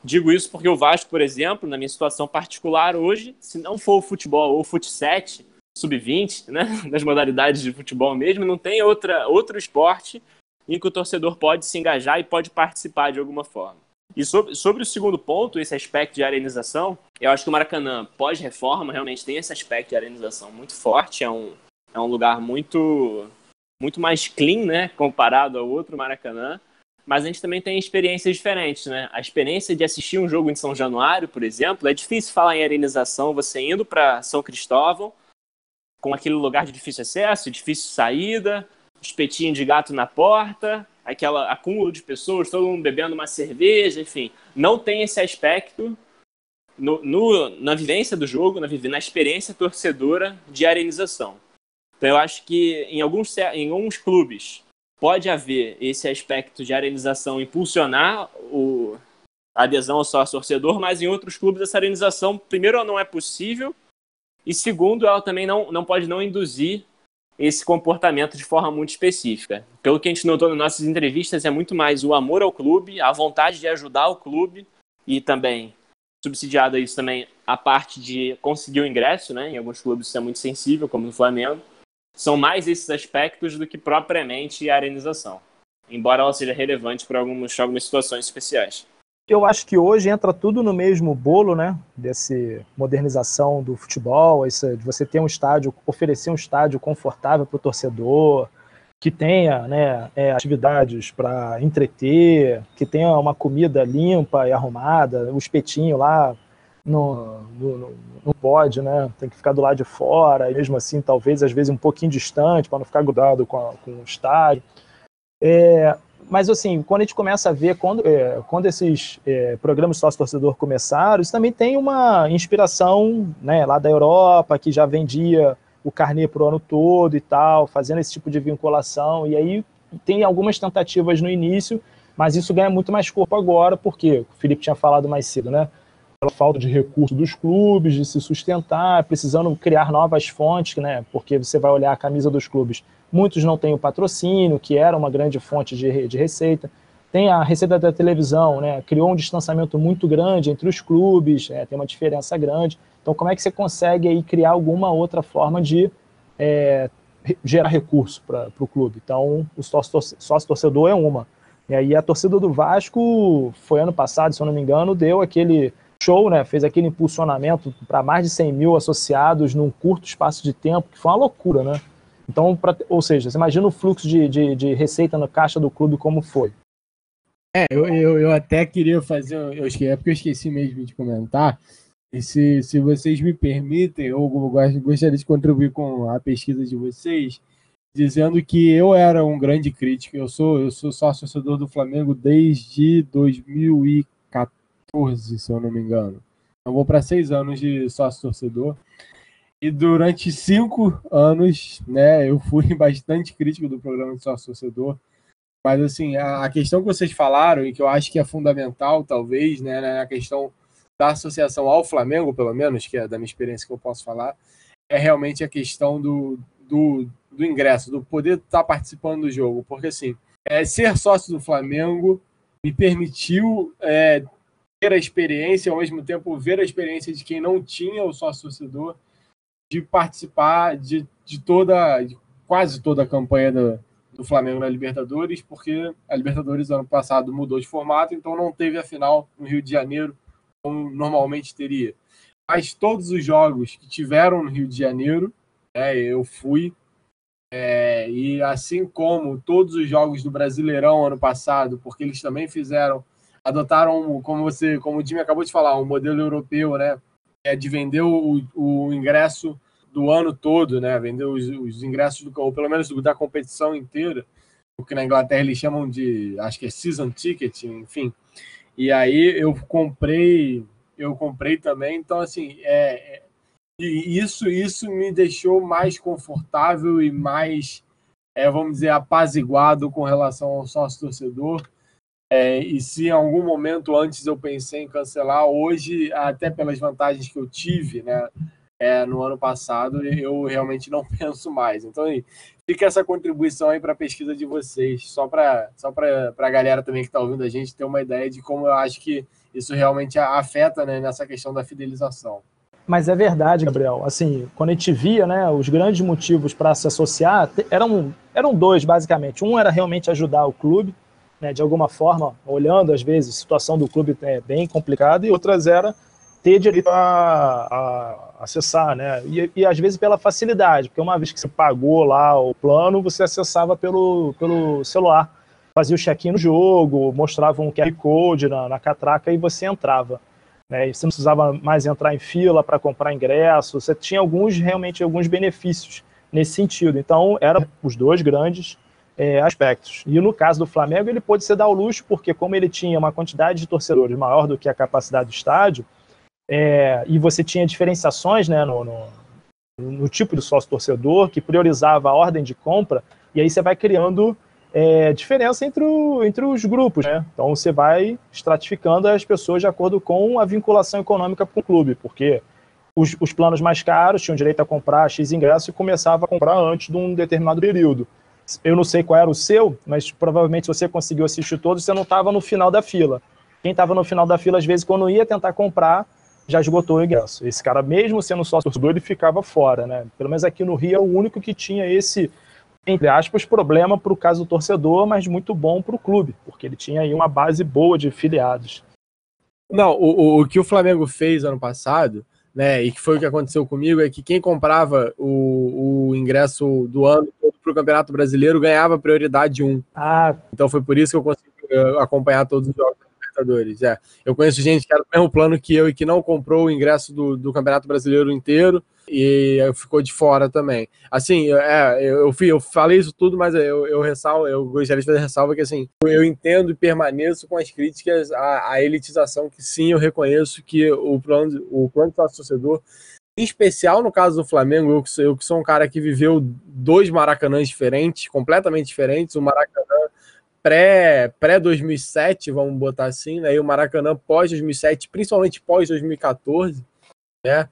Digo isso porque o Vasco, por exemplo, na minha situação particular hoje, se não for o futebol ou o fut7, sub-20, né, das modalidades de futebol mesmo, não tem outro esporte em que o torcedor pode se engajar e pode participar de alguma forma. E sobre o segundo ponto, esse aspecto de arenização, eu acho que o Maracanã, pós-reforma, realmente tem esse aspecto de arenização muito forte, é um lugar muito, muito mais clean, né, comparado ao outro Maracanã, mas a gente também tem experiências diferentes, né? A experiência de assistir um jogo em São Januário, por exemplo, é difícil falar em arenização, você indo para São Cristóvão, com aquele lugar de difícil acesso, difícil saída, espetinho de gato na porta, aquele acúmulo de pessoas, todo mundo bebendo uma cerveja, enfim. Não tem esse aspecto na vivência do jogo, na experiência torcedora de arenização. Então eu acho que em alguns clubes pode haver esse aspecto de arenização impulsionar a adesão ao sócio-torcedor, mas em outros clubes essa arenização, primeiro, ela não é possível, e segundo, ela também não pode não induzir esse comportamento de forma muito específica. Pelo que a gente notou nas nossas entrevistas, é muito mais o amor ao clube, a vontade de ajudar o clube e também, subsidiado a isso também, a parte de conseguir o ingresso, né? Em alguns clubes isso é muito sensível, como no Flamengo. São mais esses aspectos do que propriamente a arenização, embora ela seja relevante para algumas situações especiais. Eu acho que hoje entra tudo no mesmo bolo, né, dessa modernização do futebol, de você ter um estádio, oferecer um estádio confortável para o torcedor, que tenha, né, atividades para entreter, que tenha uma comida limpa e arrumada, o espetinho lá não pode, né, tem que ficar do lado de fora, e mesmo assim talvez às vezes um pouquinho distante para não ficar grudado com o estádio. Mas assim, quando a gente começa a ver, quando esses programas sócio-torcedor começaram, isso também tem uma inspiração, né, lá da Europa, que já vendia o carnê para o ano todo e tal, fazendo esse tipo de vinculação, e aí tem algumas tentativas no início, mas isso ganha muito mais corpo agora, porque o Felipe tinha falado mais cedo, né, pela falta de recursos dos clubes, de se sustentar, precisando criar novas fontes, né, porque você vai olhar a camisa dos clubes, muitos não têm o patrocínio, que era uma grande fonte de receita. Tem a receita da televisão, né? Criou um distanciamento muito grande entre os clubes, tem uma diferença grande. Então, como é que você consegue aí criar alguma outra forma de gerar recurso para o clube? Então, o sócio-torcedor é uma. E aí a torcida do Vasco, foi ano passado, se eu não me engano, deu aquele show, né? Fez aquele impulsionamento para mais de 100 mil associados num curto espaço de tempo, que foi uma loucura, né? Então, ou seja, você imagina o fluxo de receita na caixa do clube como foi. Eu até queria fazer, é porque eu esqueci mesmo de comentar, e se vocês me permitem, eu gostaria de contribuir com a pesquisa de vocês, dizendo que eu era um grande crítico, eu sou sócio-torcedor do Flamengo desde 2014, se eu não me engano. Eu vou para 6 anos de sócio-torcedor. E durante 5 anos, né, eu fui bastante crítico do programa de sócio-torcedor. Mas, assim, a questão que vocês falaram, e que eu acho que é fundamental, talvez, né, a questão da associação ao Flamengo, pelo menos, que é da minha experiência que eu posso falar, é realmente a questão do ingresso, do poder estar participando do jogo. Porque, assim, ser sócio do Flamengo me permitiu ter a experiência, ao mesmo tempo ver a experiência de quem não tinha o sócio-torcedor, de participar de quase toda a campanha do Flamengo na Libertadores, porque a Libertadores ano passado mudou de formato, então não teve a final no Rio de Janeiro, como normalmente teria. Mas todos os jogos que tiveram no Rio de Janeiro, eu fui, e assim como todos os jogos do Brasileirão ano passado, porque eles também adotaram, como o Jimmy acabou de falar, um modelo europeu, né, de vender o ingresso do ano todo, né? Vender os ingressos, ou pelo menos da competição inteira, o que na Inglaterra eles chamam de, acho que é season ticket, enfim. E aí eu comprei também, então assim, isso me deixou mais confortável e mais, vamos dizer, apaziguado com relação ao sócio-torcedor. E se em algum momento antes eu pensei em cancelar, hoje, até pelas vantagens que eu tive, né, no ano passado, eu realmente não penso mais. Então, fica essa contribuição aí para a pesquisa de vocês, só para a galera também que está ouvindo a gente ter uma ideia de como eu acho que isso realmente afeta, né, nessa questão da fidelização. Mas é verdade, Gabriel. Assim, quando a gente via, né, os grandes motivos para se associar, eram dois, basicamente. Um era realmente ajudar o clube, né, de alguma forma, olhando, às vezes, a situação do clube é bem complicada, e outras era ter direito a acessar, né? E às vezes pela facilidade, porque uma vez que você pagou lá o plano, você acessava pelo celular. Fazia o check-in no jogo, mostrava um QR Code na catraca e você entrava. Né? E você não precisava mais entrar em fila para comprar ingresso, você tinha realmente alguns benefícios nesse sentido. Então, eram os dois grandes aspectos. E no caso do Flamengo, ele pôde se dar ao luxo, porque como ele tinha uma quantidade de torcedores maior do que a capacidade do estádio, e você tinha diferenciações, né, no tipo de sócio-torcedor, que priorizava a ordem de compra, e aí você vai criando diferença entre os grupos, né? Então você vai estratificando as pessoas de acordo com a vinculação econômica com o clube, porque os planos mais caros tinham direito a comprar X ingressos e começava a comprar antes de um determinado período. Eu não sei qual era o seu, mas provavelmente você conseguiu assistir todos, você não estava no final da fila. Quem estava no final da fila, às vezes, quando ia tentar comprar, já esgotou o ingresso. Esse cara, mesmo sendo sócio-torcedor, ele ficava fora, né? Pelo menos aqui no Rio é o único que tinha esse, entre aspas, problema para o caso do torcedor, mas muito bom para o clube, porque ele tinha aí uma base boa de filiados. Não, o que o Flamengo fez ano passado, né, e que foi o que aconteceu comigo, é que quem comprava o ingresso do ano para o Campeonato Brasileiro ganhava prioridade 1. Então foi por isso que eu consegui acompanhar todos os jogos da Libertadores. Eu conheço gente que era do mesmo plano que eu e que não comprou o ingresso do Campeonato Brasileiro inteiro e ficou de fora também. Assim, eu falei isso tudo, mas eu gostaria de fazer ressalva que assim, eu entendo e permaneço com as críticas à elitização, que sim, eu reconheço que o plano de sócio-torcedor, em especial no caso do Flamengo, eu que sou um cara que viveu 2 Maracanãs diferentes, completamente diferentes, o Maracanã pré-2007, vamos botar assim, né, e o Maracanã pós-2007, principalmente pós-2014, né,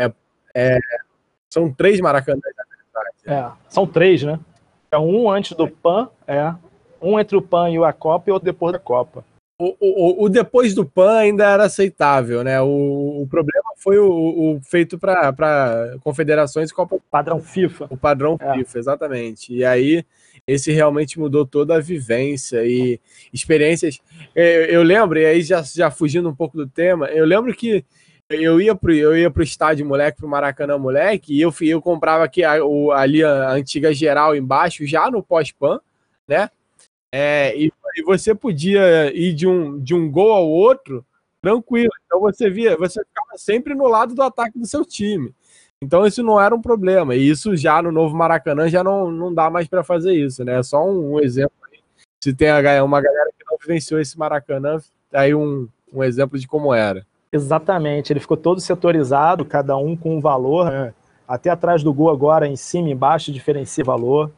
são 3 Maracanãs, na verdade. São 3, né? Um antes do PAN, um entre o PAN e a Copa e outro depois da Copa. O depois do PAN ainda era aceitável, né? O problema foi o feito para confederações e Copa. Padrão FIFA. O padrão FIFA, exatamente. E aí, esse realmente mudou toda a vivência e experiências. Eu lembro, e aí já fugindo um pouco do tema, eu lembro que eu ia pro estádio moleque, pro Maracanã moleque, e eu comprava aqui ali a antiga geral embaixo, já no pós-PAN, né? E você podia ir de um gol ao outro tranquilo. Então você ficava sempre no lado do ataque do seu time. Então isso não era um problema. E isso já no novo Maracanã já não dá mais para fazer isso, né? É só um exemplo aí. Se tem uma galera que não vivenciou esse Maracanã, aí um exemplo de como era. Exatamente, ele ficou todo setorizado, cada um com um valor, né? Até atrás do gol agora, em cima e embaixo, diferencia valor.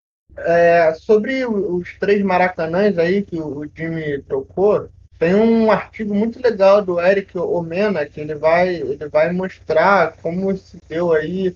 Sobre os 3 Maracanãs aí que o Jimmy tocou, tem um artigo muito legal do Eric Omena, que ele vai mostrar como se deu aí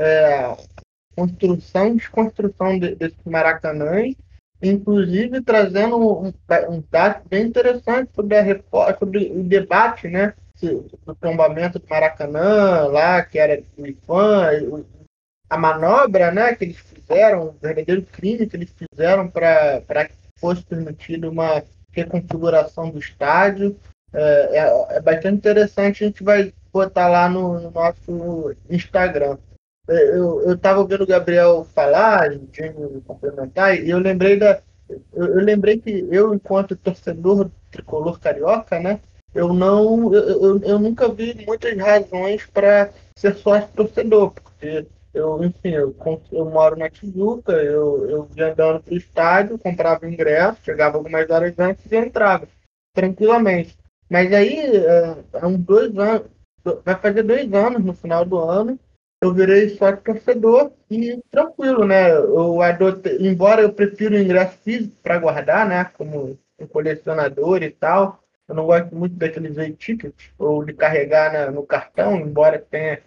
construção e desconstrução desses Maracanãs, inclusive trazendo um dado bem interessante sobre o debate, né, do tombamento do Maracanã, lá, que era do IFAM, a manobra, né, que eles fizeram, o verdadeiro crime que eles fizeram para que fosse permitida uma reconfiguração do estádio. É bastante interessante, a gente vai botar lá no nosso Instagram. Eu estava ouvindo o Gabriel falar, e o Jimmy complementar, e eu lembrei que eu, enquanto torcedor tricolor carioca, né, eu nunca vi muitas razões para ser sócio torcedor, porque eu moro na Tijuca, eu ia andando para o estádio, comprava ingresso, chegava algumas horas antes e entrava tranquilamente. Mas aí, há uns 2 anos, vai fazer 2 anos no final do ano, eu virei sócio torcedor e tranquilo, né? Eu adotei, embora eu prefira o ingresso físico para guardar, né? Como um colecionador e tal, eu não gosto muito daqueles e-tickets ou de carregar no cartão, embora tenha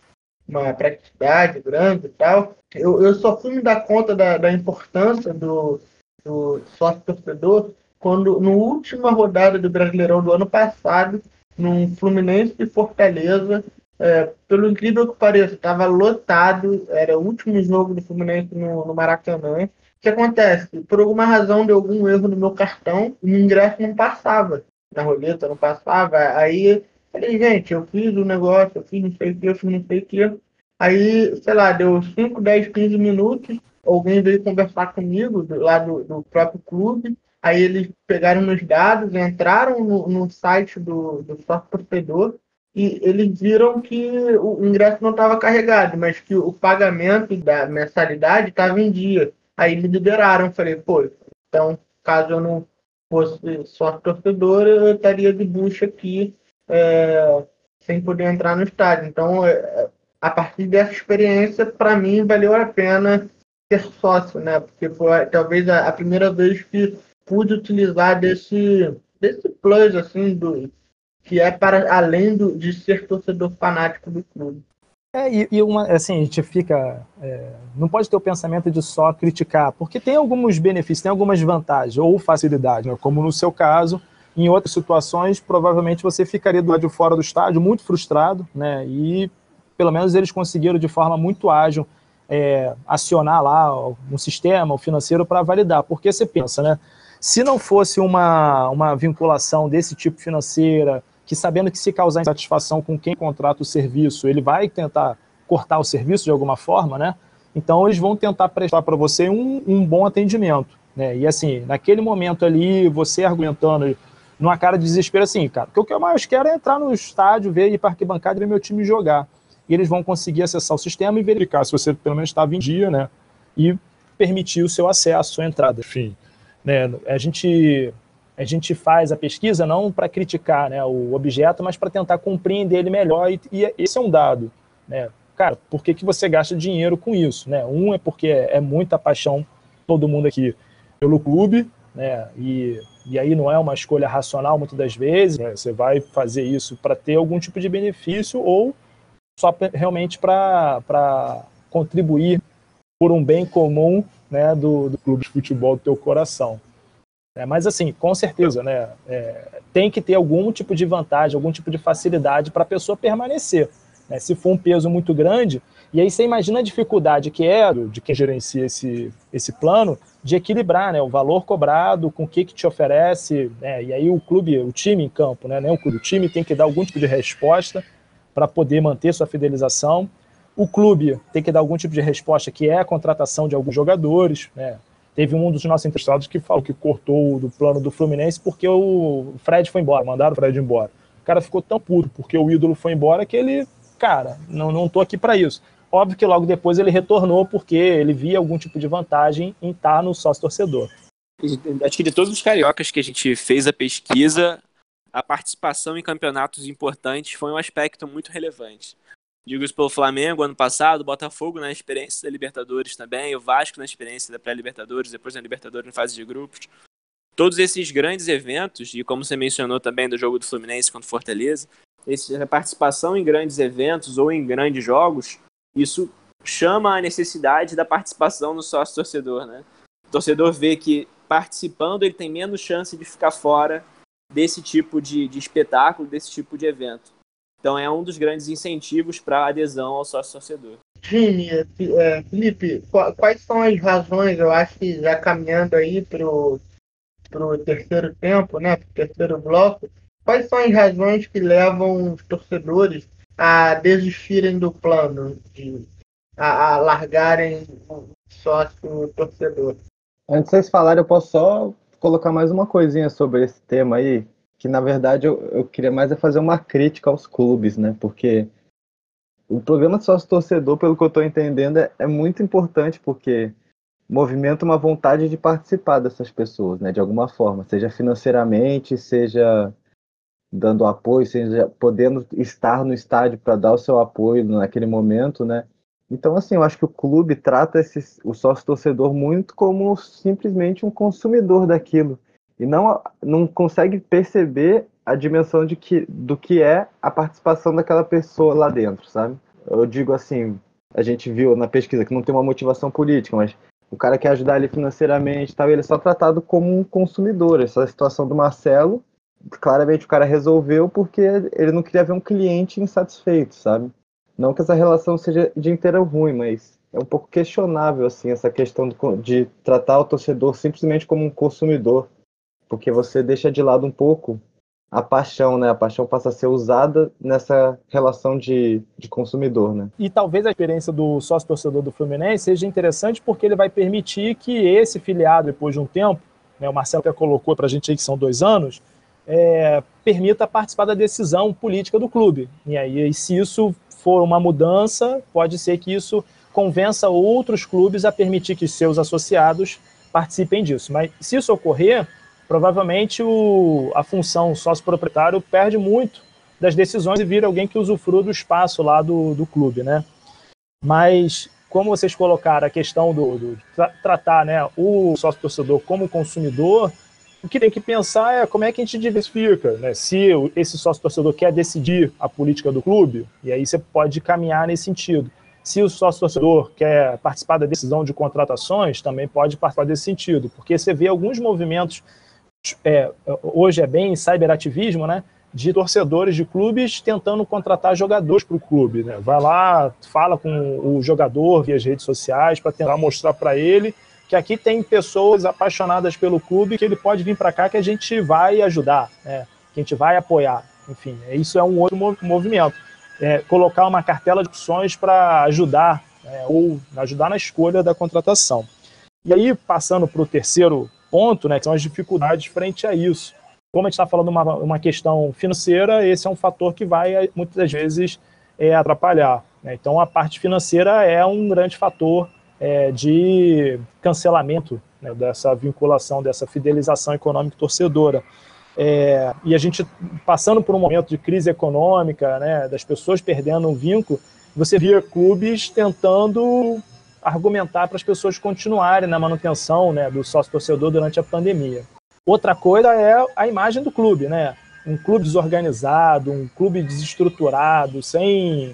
uma praticidade grande e tal. Eu só fui me dar conta da importância do sócio-torcedor quando, na última rodada do Brasileirão do ano passado, num Fluminense e Fortaleza, pelo incrível que pareça, estava lotado, era o último jogo do Fluminense no Maracanã. O que acontece? Por alguma razão, deu algum erro no meu cartão e o ingresso não passava. Na roleta não passava. Aí, falei, gente, eu fiz o negócio, eu fiz não sei o que, eu fiz não sei o que. Aí, sei lá, deu 5, 10, 15 minutos, alguém veio conversar comigo, lá do próprio clube. Aí eles pegaram meus dados, entraram no site do sócio-torcedor e eles viram que o ingresso não estava carregado, mas que o pagamento da mensalidade estava em dia. Aí me liberaram. Falei, pô, então, caso eu não fosse sócio-torcedor, eu estaria de bucha aqui, sem poder entrar no estádio. Então, a partir dessa experiência, para mim, valeu a pena ser sócio, né? Porque foi talvez a primeira vez que pude utilizar desse plus, assim, que é para além de ser torcedor fanático do clube. Assim, a gente fica... não pode ter o pensamento de só criticar, porque tem alguns benefícios, tem algumas vantagens, ou facilidades, né? Como no seu caso. Em outras situações, provavelmente você ficaria do lado de fora do estádio, muito frustrado, né? E pelo menos eles conseguiram de forma muito ágil acionar lá um sistema, o financeiro, para validar. Porque você pensa, né? Se não fosse uma vinculação desse tipo financeira, que sabendo que se causar insatisfação com quem contrata o serviço, ele vai tentar cortar o serviço de alguma forma, né? Então eles vão tentar prestar para você um bom atendimento, né? E assim, naquele momento ali, você argumentando numa cara de desespero assim, cara, porque o que eu mais quero é entrar no estádio, ir para a arquibancada e ver meu time jogar. E eles vão conseguir acessar o sistema e verificar se você pelo menos estava em dia, né? E permitir o seu acesso, a sua entrada, enfim. Né, a gente faz a pesquisa não para criticar, né, o objeto, mas para tentar compreender ele melhor, e esse é um dado, né? Cara, por que você gasta dinheiro com isso, né? É porque é muita paixão, todo mundo aqui, pelo clube, né? E aí não é uma escolha racional muitas das vezes, né? Você vai fazer isso para ter algum tipo de benefício ou só realmente para contribuir por um bem comum, né, do clube de futebol do teu coração. Mas assim, com certeza, né, tem que ter algum tipo de vantagem, algum tipo de facilidade para a pessoa permanecer, né? Se for um peso muito grande, e aí você imagina a dificuldade que é de quem gerencia esse plano, de equilibrar, né, o valor cobrado com o que te oferece, né? E aí o clube, o time em campo, né, o time tem que dar algum tipo de resposta para poder manter sua fidelização. O clube tem que dar algum tipo de resposta, que é a contratação de alguns jogadores, né? Teve um dos nossos entrevistados que falou que cortou do plano do Fluminense porque o Fred foi embora, mandaram o Fred embora. O cara ficou tão puto porque o ídolo foi embora que ele, cara, não tô aqui para isso. Óbvio que logo depois ele retornou porque ele via algum tipo de vantagem em estar no sócio-torcedor. Acho que de todos os cariocas que a gente fez a pesquisa, a participação em campeonatos importantes foi um aspecto muito relevante. Digo isso pelo Flamengo, ano passado, o Botafogo na experiência da Libertadores também, o Vasco na experiência da pré-Libertadores, depois na Libertadores em fase de grupos. Todos esses grandes eventos, e como você mencionou também do jogo do Fluminense contra o Fortaleza, a participação em grandes eventos ou em grandes jogos, isso chama a necessidade da participação no sócio-torcedor, né? O torcedor vê que participando ele tem menos chance de ficar fora desse tipo de espetáculo, desse tipo de evento. Então é um dos grandes incentivos para a adesão ao sócio-torcedor. Felipe, quais são as razões, eu acho que já caminhando aí para o terceiro tempo, né, para o terceiro bloco, quais são as razões que levam os torcedores a desistirem do plano, a largarem o sócio-torcedor? Antes de vocês falarem, eu posso só colocar mais uma coisinha sobre esse tema aí, que na verdade eu queria mais fazer uma crítica aos clubes, né? Porque o programa de sócio-torcedor, pelo que eu estou entendendo, é muito importante, porque movimenta uma vontade de participar dessas pessoas, né? De alguma forma, seja financeiramente, seja dando apoio, seja podendo estar no estádio para dar o seu apoio naquele momento, né? Então, assim, eu acho que o clube trata o sócio-torcedor muito como simplesmente um consumidor daquilo. E não consegue perceber a dimensão do que é a participação daquela pessoa lá dentro, sabe? eu digo assim, a gente viu na pesquisa que não tem uma motivação política, mas o cara quer ajudar ele financeiramente e tal, ele é só tratado como um consumidor. Essa situação do Marcelo, claramente o cara resolveu porque ele não queria ver um cliente insatisfeito, sabe? Não que essa relação seja de inteiro ruim, mas é um pouco questionável, assim, essa questão de tratar o torcedor simplesmente como um consumidor, porque você deixa de lado um pouco a paixão, né? A paixão passa a ser usada nessa relação de consumidor, né? E talvez a experiência do sócio-torcedor do Fluminense seja interessante porque ele vai permitir que esse filiado, depois de um tempo, né, o Marcelo até colocou para a gente aí que são 2 anos, permita participar da decisão política do clube. E aí, se isso for uma mudança, pode ser que isso convença outros clubes a permitir que seus associados participem disso. Mas se isso ocorrer, provavelmente a função sócio-proprietário perde muito das decisões e vira alguém que usufrua do espaço lá do clube, né? Mas, como vocês colocaram a questão tratar, né, o sócio-torcedor como consumidor, o que tem que pensar é como é que a gente diversifica, né? Se esse sócio-torcedor quer decidir a política do clube, e aí você pode caminhar nesse sentido. Se o sócio-torcedor quer participar da decisão de contratações, também pode participar desse sentido, porque você vê alguns movimentos, hoje é bem cyberativismo, né, de torcedores de clubes tentando contratar jogadores para o clube, né? Vai lá, fala com o jogador via as redes sociais para tentar mostrar para ele que aqui tem pessoas apaixonadas pelo clube, que ele pode vir para cá que a gente vai ajudar, né? Que a gente vai apoiar. Enfim, isso é um outro movimento. Colocar uma cartela de opções para ajudar, ou ajudar na escolha da contratação. E aí, passando para o terceiro ponto, né, que são as dificuldades frente a isso. Como a gente está falando uma questão financeira, esse é um fator que vai, muitas vezes, atrapalhar, né? Então, a parte financeira é um grande fator de cancelamento, né, dessa vinculação, dessa fidelização econômica torcedora. E a gente, passando por um momento de crise econômica, né, das pessoas perdendo o vínculo, você via clubes tentando argumentar para as pessoas continuarem na manutenção, né, do sócio-torcedor durante a pandemia. Outra coisa é a imagem do clube, né? Um clube desorganizado, um clube desestruturado, sem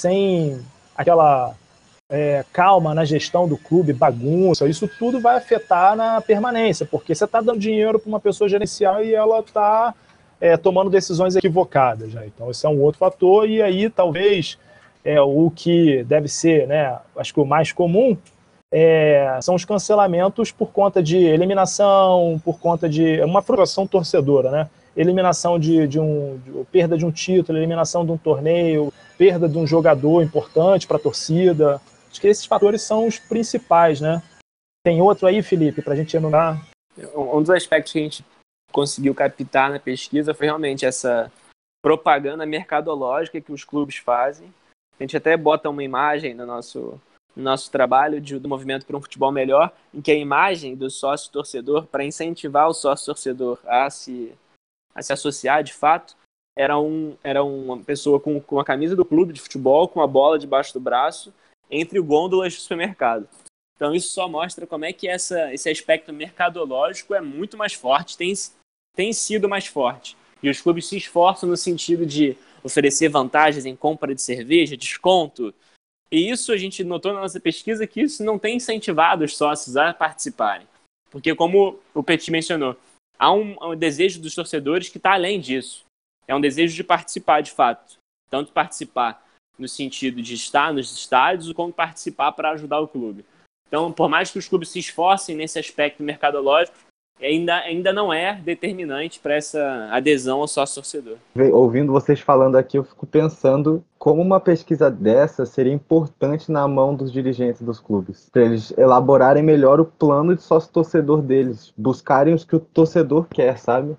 aquela calma na gestão do clube, bagunça, isso tudo vai afetar na permanência, porque você está dando dinheiro para uma pessoa gerenciar e ela está tomando decisões equivocadas, né? Então esse é um outro fator, e aí talvez o que deve ser, né, acho que o mais comum são os cancelamentos por conta de eliminação, por conta de uma frustração torcedora, né? Eliminação de perda de um título, eliminação de um torneio, perda de um jogador importante para a torcida. Acho que esses fatores são os principais, né? Tem outro aí, Felipe, para a gente enumerar? Um dos aspectos que a gente conseguiu captar na pesquisa foi realmente essa propaganda mercadológica que os clubes fazem. A gente até bota uma imagem no nosso trabalho do Movimento por um Futebol Melhor, em que a imagem do sócio-torcedor, para incentivar o sócio-torcedor a se associar de fato, era uma pessoa com a camisa do clube de futebol, com a bola debaixo do braço, entre gôndolas do supermercado. Então isso só mostra como é que esse aspecto mercadológico é muito mais forte, tem sido mais forte. E os clubes se esforçam no sentido de oferecer vantagens em compra de cerveja, desconto. E isso a gente notou na nossa pesquisa que isso não tem incentivado os sócios a participarem. Porque, como o Petit mencionou, há um desejo dos torcedores que está além disso. É um desejo de participar, de fato. Tanto participar no sentido de estar nos estádios, como participar para ajudar o clube. Então, por mais que os clubes se esforcem nesse aspecto mercadológico, ainda não é determinante para essa adesão ao sócio-torcedor. Ouvindo vocês falando aqui, eu fico pensando como uma pesquisa dessa seria importante na mão dos dirigentes dos clubes, para eles elaborarem melhor o plano de sócio-torcedor deles, buscarem os que o torcedor quer, sabe?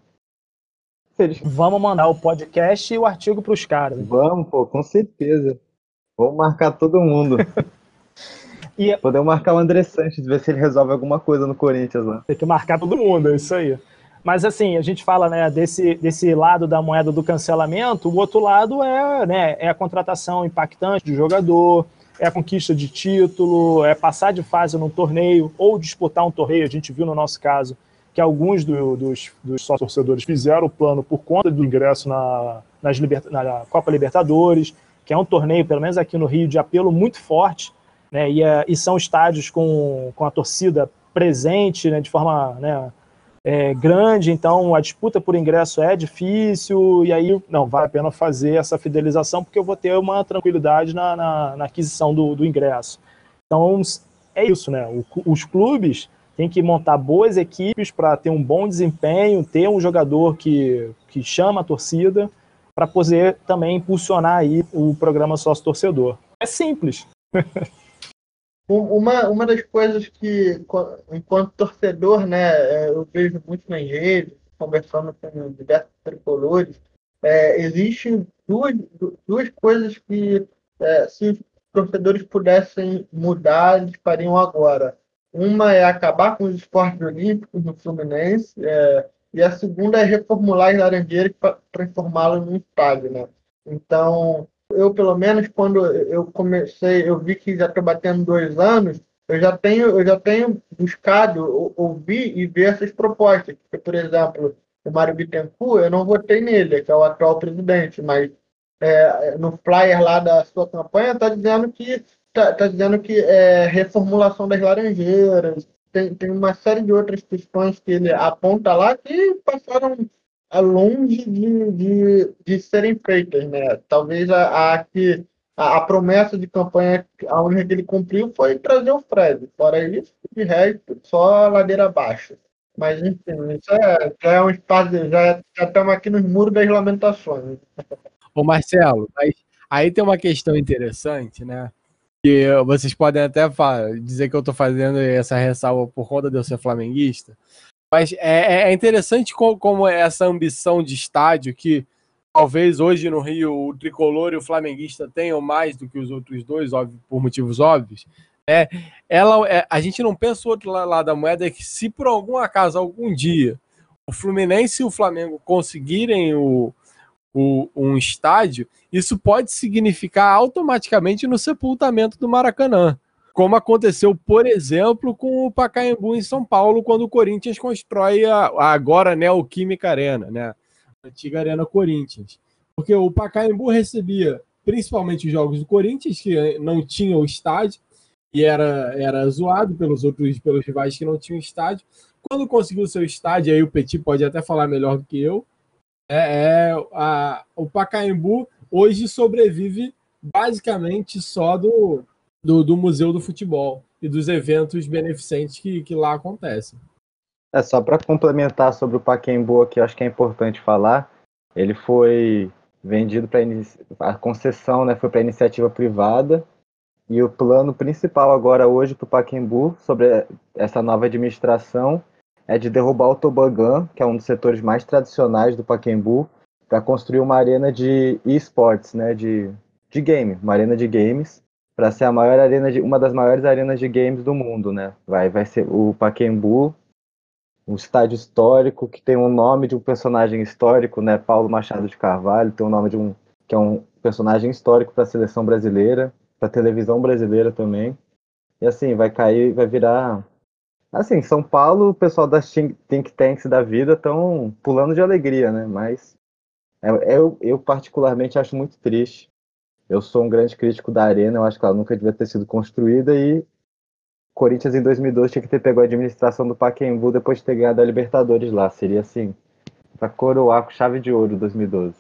Vamos mandar o podcast e o artigo para os caras. Vamos, pô, com certeza. Vamos marcar todo mundo. Podemos marcar o André Sanches, ver se ele resolve alguma coisa no Corinthians lá. Tem que marcar todo mundo, é isso aí. Mas assim, a gente fala, né, desse lado da moeda do cancelamento, o outro lado é a contratação impactante do jogador, é a conquista de título, é passar de fase num torneio ou disputar um torneio. A gente viu no nosso caso que alguns dos sócios-torcedores fizeram o plano por conta do ingresso na Copa Libertadores, que é um torneio, pelo menos aqui no Rio, de apelo muito forte, né, e são estádios com a torcida presente, né, de forma, né, grande, então a disputa por ingresso é difícil, e aí não vale a pena fazer essa fidelização, porque eu vou ter uma tranquilidade na aquisição do ingresso. Então é isso, né? Os clubes têm que montar boas equipes para ter um bom desempenho, ter um jogador que chama a torcida, para poder também impulsionar aí o programa sócio-torcedor. É simples. Uma das coisas que, enquanto torcedor, né, eu vejo muito nas redes, conversando com diversos tricolores, existem duas coisas que, se os torcedores pudessem mudar, eles fariam agora. Uma é acabar com os esportes olímpicos no Fluminense, e a segunda é reformular as Laranjeiras para transformá-las num estádio, né? Então, eu, pelo menos, quando eu comecei, eu vi que já estou batendo 2 anos, eu já tenho buscado ouvir e ver essas propostas. Porque, por exemplo, o Mário Bittencourt, eu não votei nele, que é o atual presidente, mas no flyer lá da sua campanha está dizendo que é reformulação das Laranjeiras, tem uma série de outras questões que ele aponta lá que passaram longe de serem feitas, né? Talvez a promessa de campanha, a única que ele cumpriu foi trazer o Fred. Fora isso, de resto, só ladeira abaixo. Mas, enfim, isso já é um espaço, já estamos aqui nos muros das lamentações. Ô Marcelo, mas aí tem uma questão interessante, né? Que vocês podem até dizer que eu estou fazendo essa ressalva por conta de eu ser flamenguista, mas é interessante como essa ambição de estádio, que talvez hoje no Rio o tricolor e o flamenguista tenham mais do que os outros dois, óbvio, por motivos óbvios, a gente não pensa o outro lado da moeda, que se por algum acaso, algum dia, o Fluminense e o Flamengo conseguirem um estádio, isso pode significar automaticamente no sepultamento do Maracanã, como aconteceu, por exemplo, com o Pacaembu em São Paulo, quando o Corinthians constrói a agora Neoquímica Arena, né? A antiga Arena Corinthians. Porque o Pacaembu recebia principalmente os jogos do Corinthians, que não tinham estádio, e era zoado pelos rivais que não tinham estádio. Quando conseguiu o seu estádio, aí o Petit pode até falar melhor do que eu, o Pacaembu hoje sobrevive basicamente só do Museu do Futebol e dos eventos beneficentes que lá acontecem. Só para complementar sobre o Pacaembu aqui, eu acho que é importante falar, ele foi vendido a concessão, né, foi para iniciativa privada, e o plano principal agora hoje para o Pacaembu, sobre essa nova administração, é de derrubar o tobogã, que é um dos setores mais tradicionais do Pacaembu, para construir uma arena de esportes, né, de game, uma arena de games, para ser uma das maiores arenas de games do mundo, né? Vai ser o Pacaembu, um estádio histórico que tem o nome de um personagem histórico, né? Paulo Machado de Carvalho, tem o nome que é um personagem histórico para a seleção brasileira, para a televisão brasileira também. E assim, vai virar... Assim, São Paulo, o pessoal das think tanks da vida estão pulando de alegria, né? Mas eu particularmente acho muito triste. Eu sou um grande crítico da arena, eu acho que ela nunca devia ter sido construída, e Corinthians em 2012 tinha que ter pego a administração do Pacaembu depois de ter ganhado a Libertadores lá. Seria assim, para coroar com chave de ouro 2012.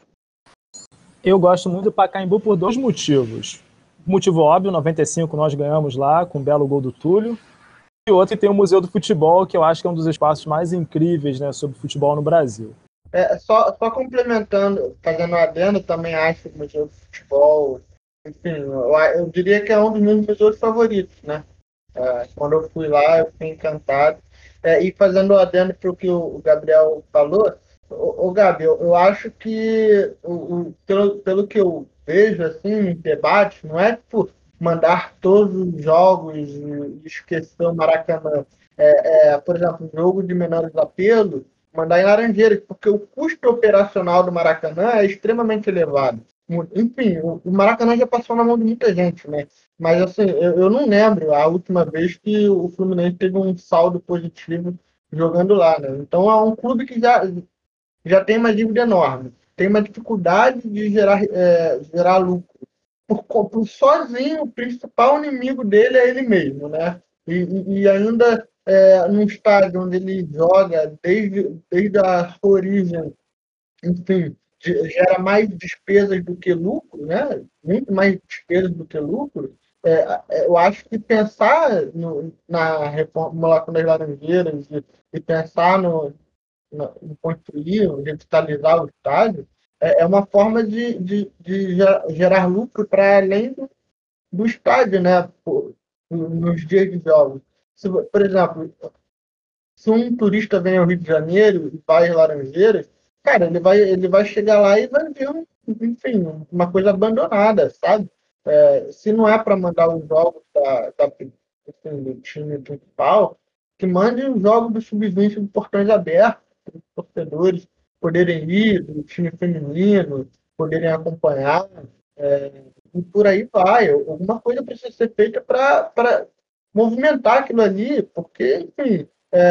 Eu gosto muito do Pacaembu por 2 motivos. Motivo óbvio, 95 nós ganhamos lá com um belo gol do Túlio. E outro, tem o Museu do Futebol, que eu acho que é um dos espaços mais incríveis, né, sobre futebol no Brasil. Só complementando, fazendo um adendo, também acho que o Museu do Futebol, enfim, eu diria que é um dos meus museus favoritos, né? Quando eu fui lá, eu fiquei encantado. E fazendo um adendo para o que o Gabriel falou, Gabi, eu acho que, pelo que eu vejo, assim, em debate, não é por mandar todos os jogos e esquecer o Maracanã. Por exemplo, um jogo de menores apelos, mandar em Laranjeiras, porque o custo operacional do Maracanã é extremamente elevado. Enfim, o Maracanã já passou na mão de muita gente, né? Mas assim, eu não lembro a última vez que o Fluminense teve um saldo positivo jogando lá, né? Então é um clube que já tem uma dívida enorme, tem uma dificuldade de gerar lucro. sozinho, o principal inimigo dele é ele mesmo, né? E ainda num estádio onde ele joga desde a sua origem, enfim, gera mais despesas do que lucro, né? Muito mais despesas do que lucro. Eu acho que pensar na reformulação das Laranjeiras e pensar em construir, revitalizar o estádio, é uma forma de gerar lucro para além do estádio, né? Nos dias de jogos. Por exemplo, se um turista vem ao Rio de Janeiro e vai às Laranjeiras, cara, ele vai chegar lá e vai ver, enfim, uma coisa abandonada, sabe? Se não é para mandar os jogos enfim, do time principal, que mande os jogos do sub-20 de portões abertos, para os torcedores poderem ir, do time feminino, poderem acompanhar, e por aí vai. Alguma coisa precisa ser feita para movimentar aquilo ali, porque, enfim,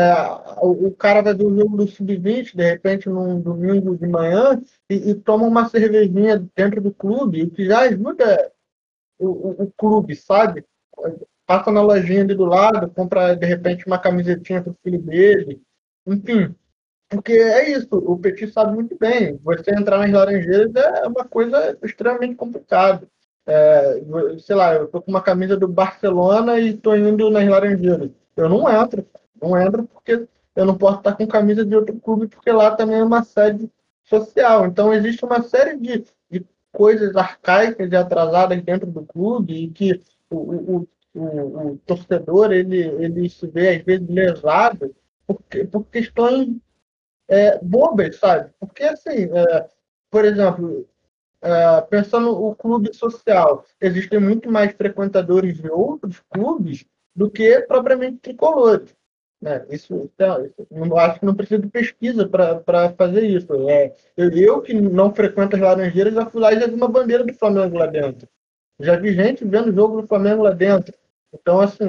o cara vai ver o jogo do sub-20, de repente, num domingo de manhã, e toma uma cervejinha dentro do clube, o que já ajuda o clube, sabe? Passa na lojinha ali do lado, compra, de repente, uma camisetinha para o filho dele, enfim. Porque é isso, o Petit sabe muito bem. Você entrar nas Laranjeiras é uma coisa extremamente complicada. Sei lá, eu tô com uma camisa do Barcelona e tô indo nas Laranjeiras. Eu não entro porque eu não posso estar com camisa de outro clube, porque lá também é uma sede social. Então existe uma série de coisas arcaicas e atrasadas dentro do clube e que o torcedor ele se vê às vezes lesado por questões bobas, sabe? Porque, assim, por exemplo, pensando no clube social, existem muito mais frequentadores de outros clubes do que propriamente tricolores. Né? Isso, eu acho que não precisa de pesquisa para fazer isso. Eu que não frequento as Laranjeiras, já fui lá e já vi uma bandeira do Flamengo lá dentro. Já vi gente vendo o jogo do Flamengo lá dentro. Então, assim,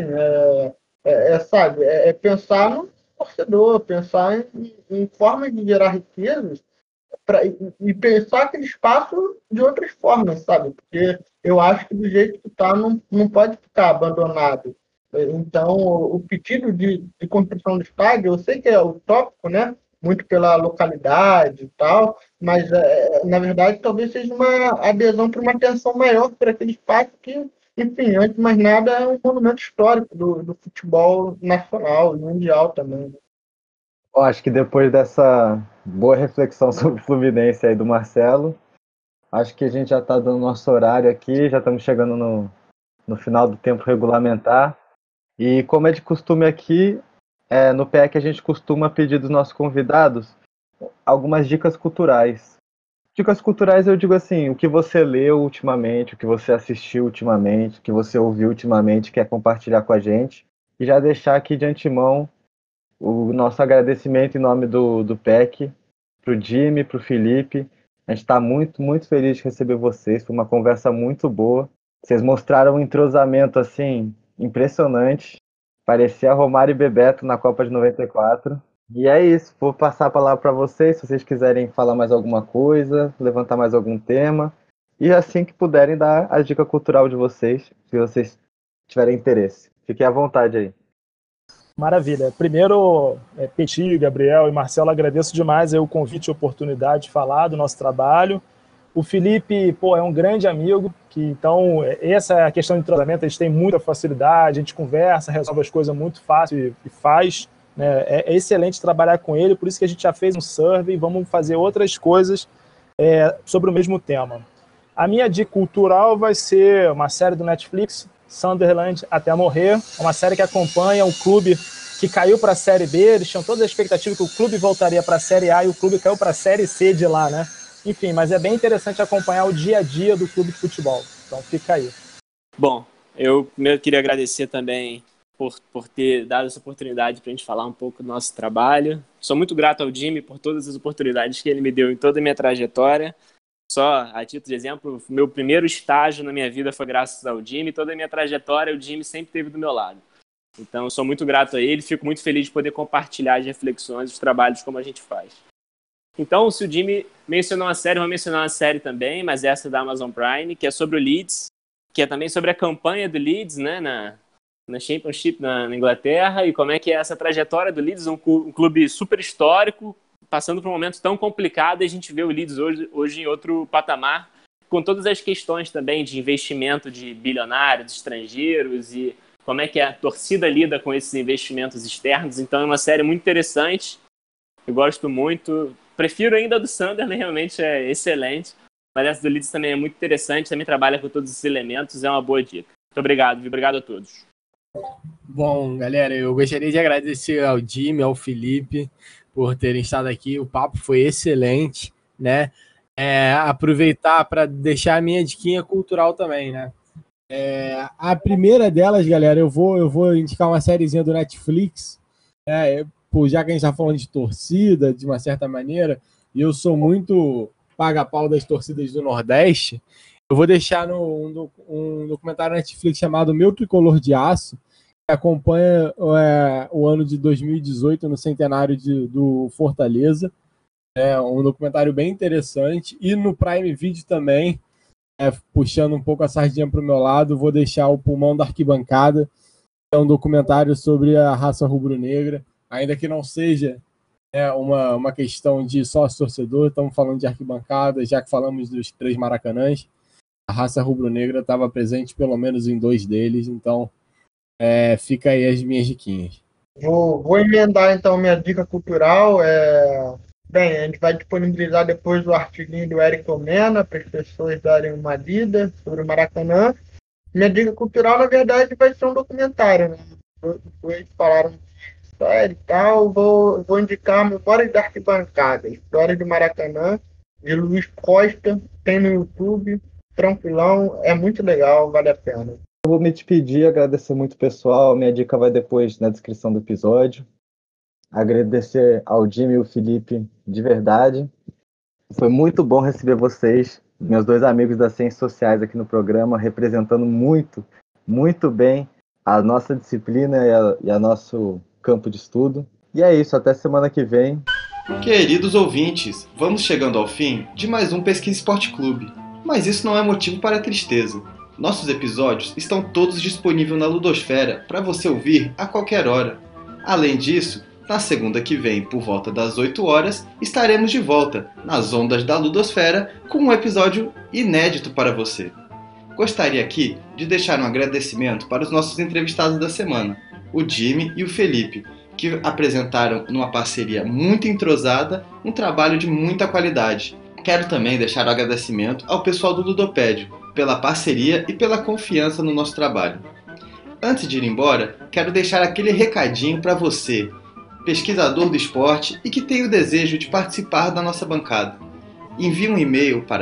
sabe, pensar no torcedor, pensar em formas de gerar riquezas e pensar aquele espaço de outras formas, sabe? Porque eu acho que do jeito que está, não pode ficar abandonado. Então, o pedido de construção do estádio, eu sei que é utópico, né? Muito pela localidade e tal, mas, na verdade, talvez seja uma adesão para uma atenção maior para aquele espaço que, enfim, antes de mais nada, é um monumento histórico do futebol nacional e mundial também. Eu acho que depois dessa boa reflexão sobre o Fluminense aí do Marcelo, acho que a gente já está dando nosso horário aqui, já estamos chegando no final do tempo regulamentar. E como é de costume aqui, no PEC a gente costuma pedir dos nossos convidados algumas dicas culturais. Dicas culturais eu digo assim, o que você leu ultimamente, o que você assistiu ultimamente, o que você ouviu ultimamente, quer compartilhar com a gente. E já deixar aqui de antemão o nosso agradecimento em nome do PEC, para o Jimmy, para o Felipe. A gente está muito, muito feliz de receber vocês. Foi uma conversa muito boa. Vocês mostraram um entrosamento assim impressionante. Parecia Romário e Bebeto na Copa de 94. E é isso. Vou passar a palavra para vocês, se vocês quiserem falar mais alguma coisa, levantar mais algum tema. E assim que puderem dar a dica cultural de vocês, se vocês tiverem interesse. Fiquem à vontade aí. Maravilha. Primeiro, Petit, Gabriel e Marcelo, agradeço demais aí o convite e a oportunidade de falar do nosso trabalho. O Felipe, é um grande amigo, então essa é a questão de entrosamento, a gente tem muita facilidade, a gente conversa, resolve as coisas muito fácil e faz. Né? É excelente trabalhar com ele, por isso que a gente já fez um survey, vamos fazer outras coisas sobre o mesmo tema. A minha dica cultural vai ser uma série do Netflix, Sunderland até morrer, uma série que acompanha o clube que caiu para a Série B, eles tinham toda a expectativa que o clube voltaria para a Série A e o clube caiu para a Série C de lá, né? Enfim, mas é bem interessante acompanhar o dia a dia do clube de futebol, então fica aí. Bom, eu primeiro queria agradecer também por ter dado essa oportunidade para a gente falar um pouco do nosso trabalho. Sou muito grato ao Jimmy por todas as oportunidades que ele me deu em toda a minha trajetória. Só a título de exemplo, meu primeiro estágio na minha vida foi graças ao Jimmy. Toda a minha trajetória, o Jimmy sempre esteve do meu lado. Então, eu sou muito grato a ele. Fico muito feliz de poder compartilhar as reflexões, os trabalhos como a gente faz. Então, se o Jimmy mencionou uma série, eu vou mencionar uma série também, mas essa é da Amazon Prime, que é sobre o Leeds. que é também sobre a campanha do Leeds, né, na Championship na Inglaterra, e como é que é essa trajetória do Leeds, um clube super histórico, passando por um momento tão complicado, e a gente vê o Leeds hoje em outro patamar, com todas as questões também de investimento de bilionários, estrangeiros, e como é que a torcida lida com esses investimentos externos. Então é uma série muito interessante, eu gosto muito, prefiro ainda a do Sunderland, realmente é excelente, mas essa do Leeds também é muito interessante, também trabalha com todos esses elementos, é uma boa dica. Muito obrigado a todos. Bom, galera, eu gostaria de agradecer ao Jimmy, ao Felipe, por terem estado aqui. O papo foi excelente, né? Aproveitar para deixar a minha diquinha cultural também, né? A primeira delas, galera, eu vou indicar uma sériezinha do Netflix, já que a gente está falando de torcida, de uma certa maneira, e eu sou muito paga-pau das torcidas do Nordeste. Eu vou deixar um documentário na Netflix chamado Meu Tricolor de Aço, que acompanha o ano de 2018 no centenário do Fortaleza. É um documentário bem interessante. E no Prime Video também, puxando um pouco a sardinha para o meu lado, vou deixar o Pulmão da Arquibancada. É um documentário sobre a raça rubro-negra, ainda que não seja uma questão de sócio-torcedor, estamos falando de arquibancada, já que falamos dos 3 Maracanãs. A raça rubro-negra estava presente pelo menos em 2 deles, então fica aí as minhas diquinhas. Vou emendar então minha dica cultural. Bem, a gente vai disponibilizar depois o artiguinho do Eric Omena para as pessoas darem uma lida sobre o Maracanã. Minha dica cultural, na verdade, vai ser um documentário, né? Depois falaram série e tal, vou indicar Memórias da Arquibancada, História do Maracanã, de Luiz Costa, tem no YouTube. Tranquilão, é muito legal, vale a pena. Eu vou me despedir, agradecer muito o pessoal, minha dica vai depois na descrição do episódio. Agradecer ao Jimmy e ao Felipe de verdade. Foi muito bom receber vocês, meus 2 amigos das Ciências Sociais aqui no programa, representando muito, muito bem a nossa disciplina e a nosso campo de estudo. E é isso, até semana que vem. Queridos ouvintes, vamos chegando ao fim de mais um Pesquisa Esporte Clube. Mas isso não é motivo para tristeza. Nossos episódios estão todos disponíveis na Ludosfera para você ouvir a qualquer hora. Além disso, na segunda que vem, por volta das 8 horas, estaremos de volta nas ondas da Ludosfera com um episódio inédito para você. Gostaria aqui de deixar um agradecimento para os nossos entrevistados da semana, o Jimmy e o Felipe, que apresentaram numa parceria muito entrosada um trabalho de muita qualidade. Quero também deixar o agradecimento ao pessoal do Ludopédio, pela parceria e pela confiança no nosso trabalho. Antes de ir embora, quero deixar aquele recadinho para você, pesquisador do esporte e que tem o desejo de participar da nossa bancada. Envie um e-mail para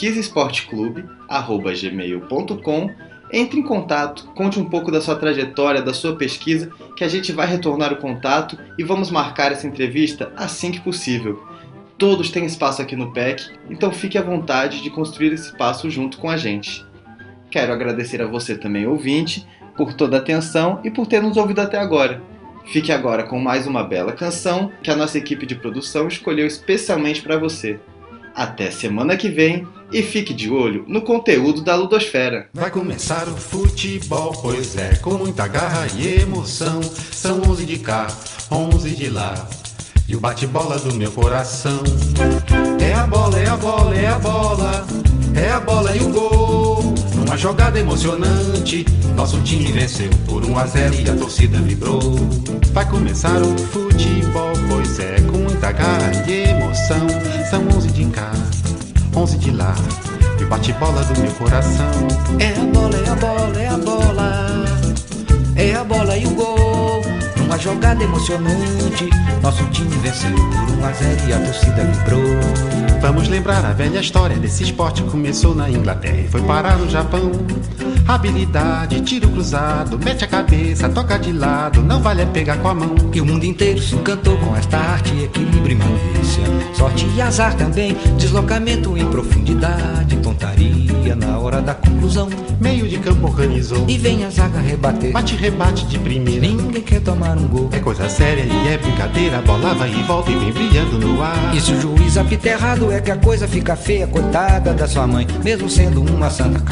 pesquisaesporteclube@gmail.com, entre em contato, conte um pouco da sua trajetória, da sua pesquisa, que a gente vai retornar o contato e vamos marcar essa entrevista assim que possível. Todos têm espaço aqui no PEC, então fique à vontade de construir esse espaço junto com a gente. Quero agradecer a você também, ouvinte, por toda a atenção e por ter nos ouvido até agora. Fique agora com mais uma bela canção que a nossa equipe de produção escolheu especialmente para você. Até semana que vem e fique de olho no conteúdo da Ludosfera. Vai começar o futebol, pois é, com muita garra e emoção. São 11 de cá, 11 de lá, e o bate-bola do meu coração. É a bola, é a bola, é a bola, é a bola e o gol. Numa jogada emocionante, nosso time venceu por 1-0 e a torcida vibrou. Vai começar o futebol, pois é, com muita garra e emoção. São 11 de cá, 11 de lá, e o bate-bola do meu coração. É a bola, é a bola, é a bola, é a bola e o gol. Numa jogada emocionante, nosso time venceu por 1-0 e a torcida vibrou. Vamos lembrar a velha história desse esporte que começou na Inglaterra e foi parar no Japão. Habilidade, tiro cruzado, mete a cabeça, toca de lado, não vale pegar com a mão. E o mundo inteiro se encantou com esta arte, equilíbrio e malícia. Sorte e azar também, deslocamento em profundidade, pontaria na hora da conclusão. Meio de campo organizou e vem a zaga rebater, bate-rebate de primeira. Ninguém quer tomar um gol. É coisa séria e é brincadeira, a bola vai e volta e vem brilhando no ar. E se o juiz apita errado é que a coisa fica feia, coitada da sua mãe. Mesmo sendo uma santa, cai na boca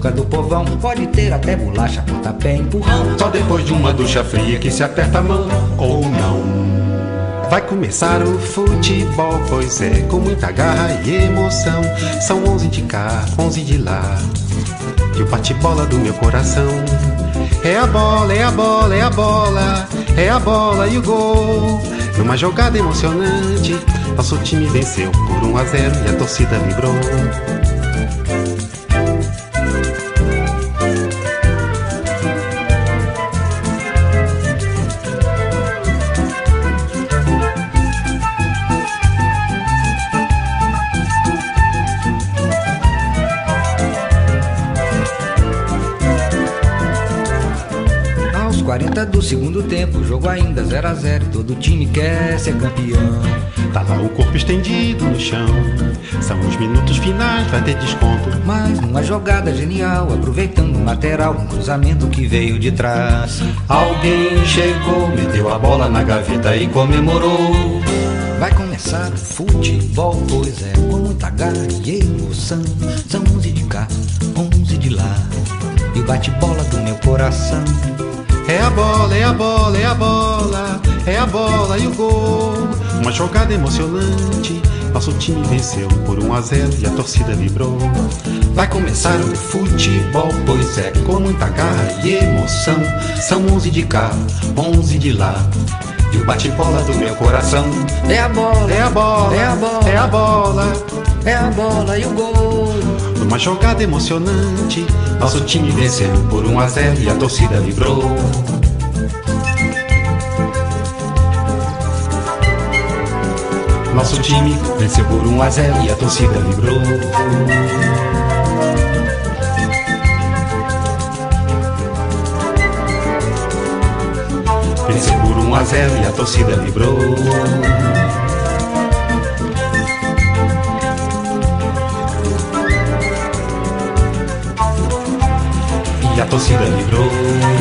açúcar do povão. Pode ter até bolacha, pontapé, empurrão. Só depois de uma ducha fria que se aperta a mão, ou não. Vai começar o futebol, pois é, com muita garra e emoção. São 11 de cá, 11 de lá, e o bate-bola do meu coração. É a bola, é a bola, é a bola, é a bola e o gol. Numa jogada emocionante, nosso time venceu por 1-0 e a torcida vibrou. Aos 40 do segundo tempo, o jogo ainda 0-0 e todo time quer ser campeão. Tá lá o corpo estendido no chão, são os minutos finais, vai ter desconto. Mas numa jogada genial, aproveitando um lateral, um cruzamento que veio de trás, alguém chegou, meteu a bola na gaveta e comemorou. Vai começar o futebol, pois é, com muita garra e emoção. São 11 de cá, 11 de lá, e o bate-bola do meu coração. É a bola, é a bola, é a bola, é a bola e o gol. Uma jogada emocionante, nosso time venceu por 1-0 e a torcida vibrou. Vai começar o futebol, pois é, com muita garra e emoção. São 11 de cá, 11 de lá, e o bate-bola do meu coração. É a bola, é a bola, é a bola, é a bola, é a bola e o gol. Numa jogada emocionante, nosso time venceu por 1-0 e a torcida vibrou. Nosso time venceu por 1-0 e a torcida vibrou. Venceu por 1-0 e a torcida vibrou. E a torcida vibrou.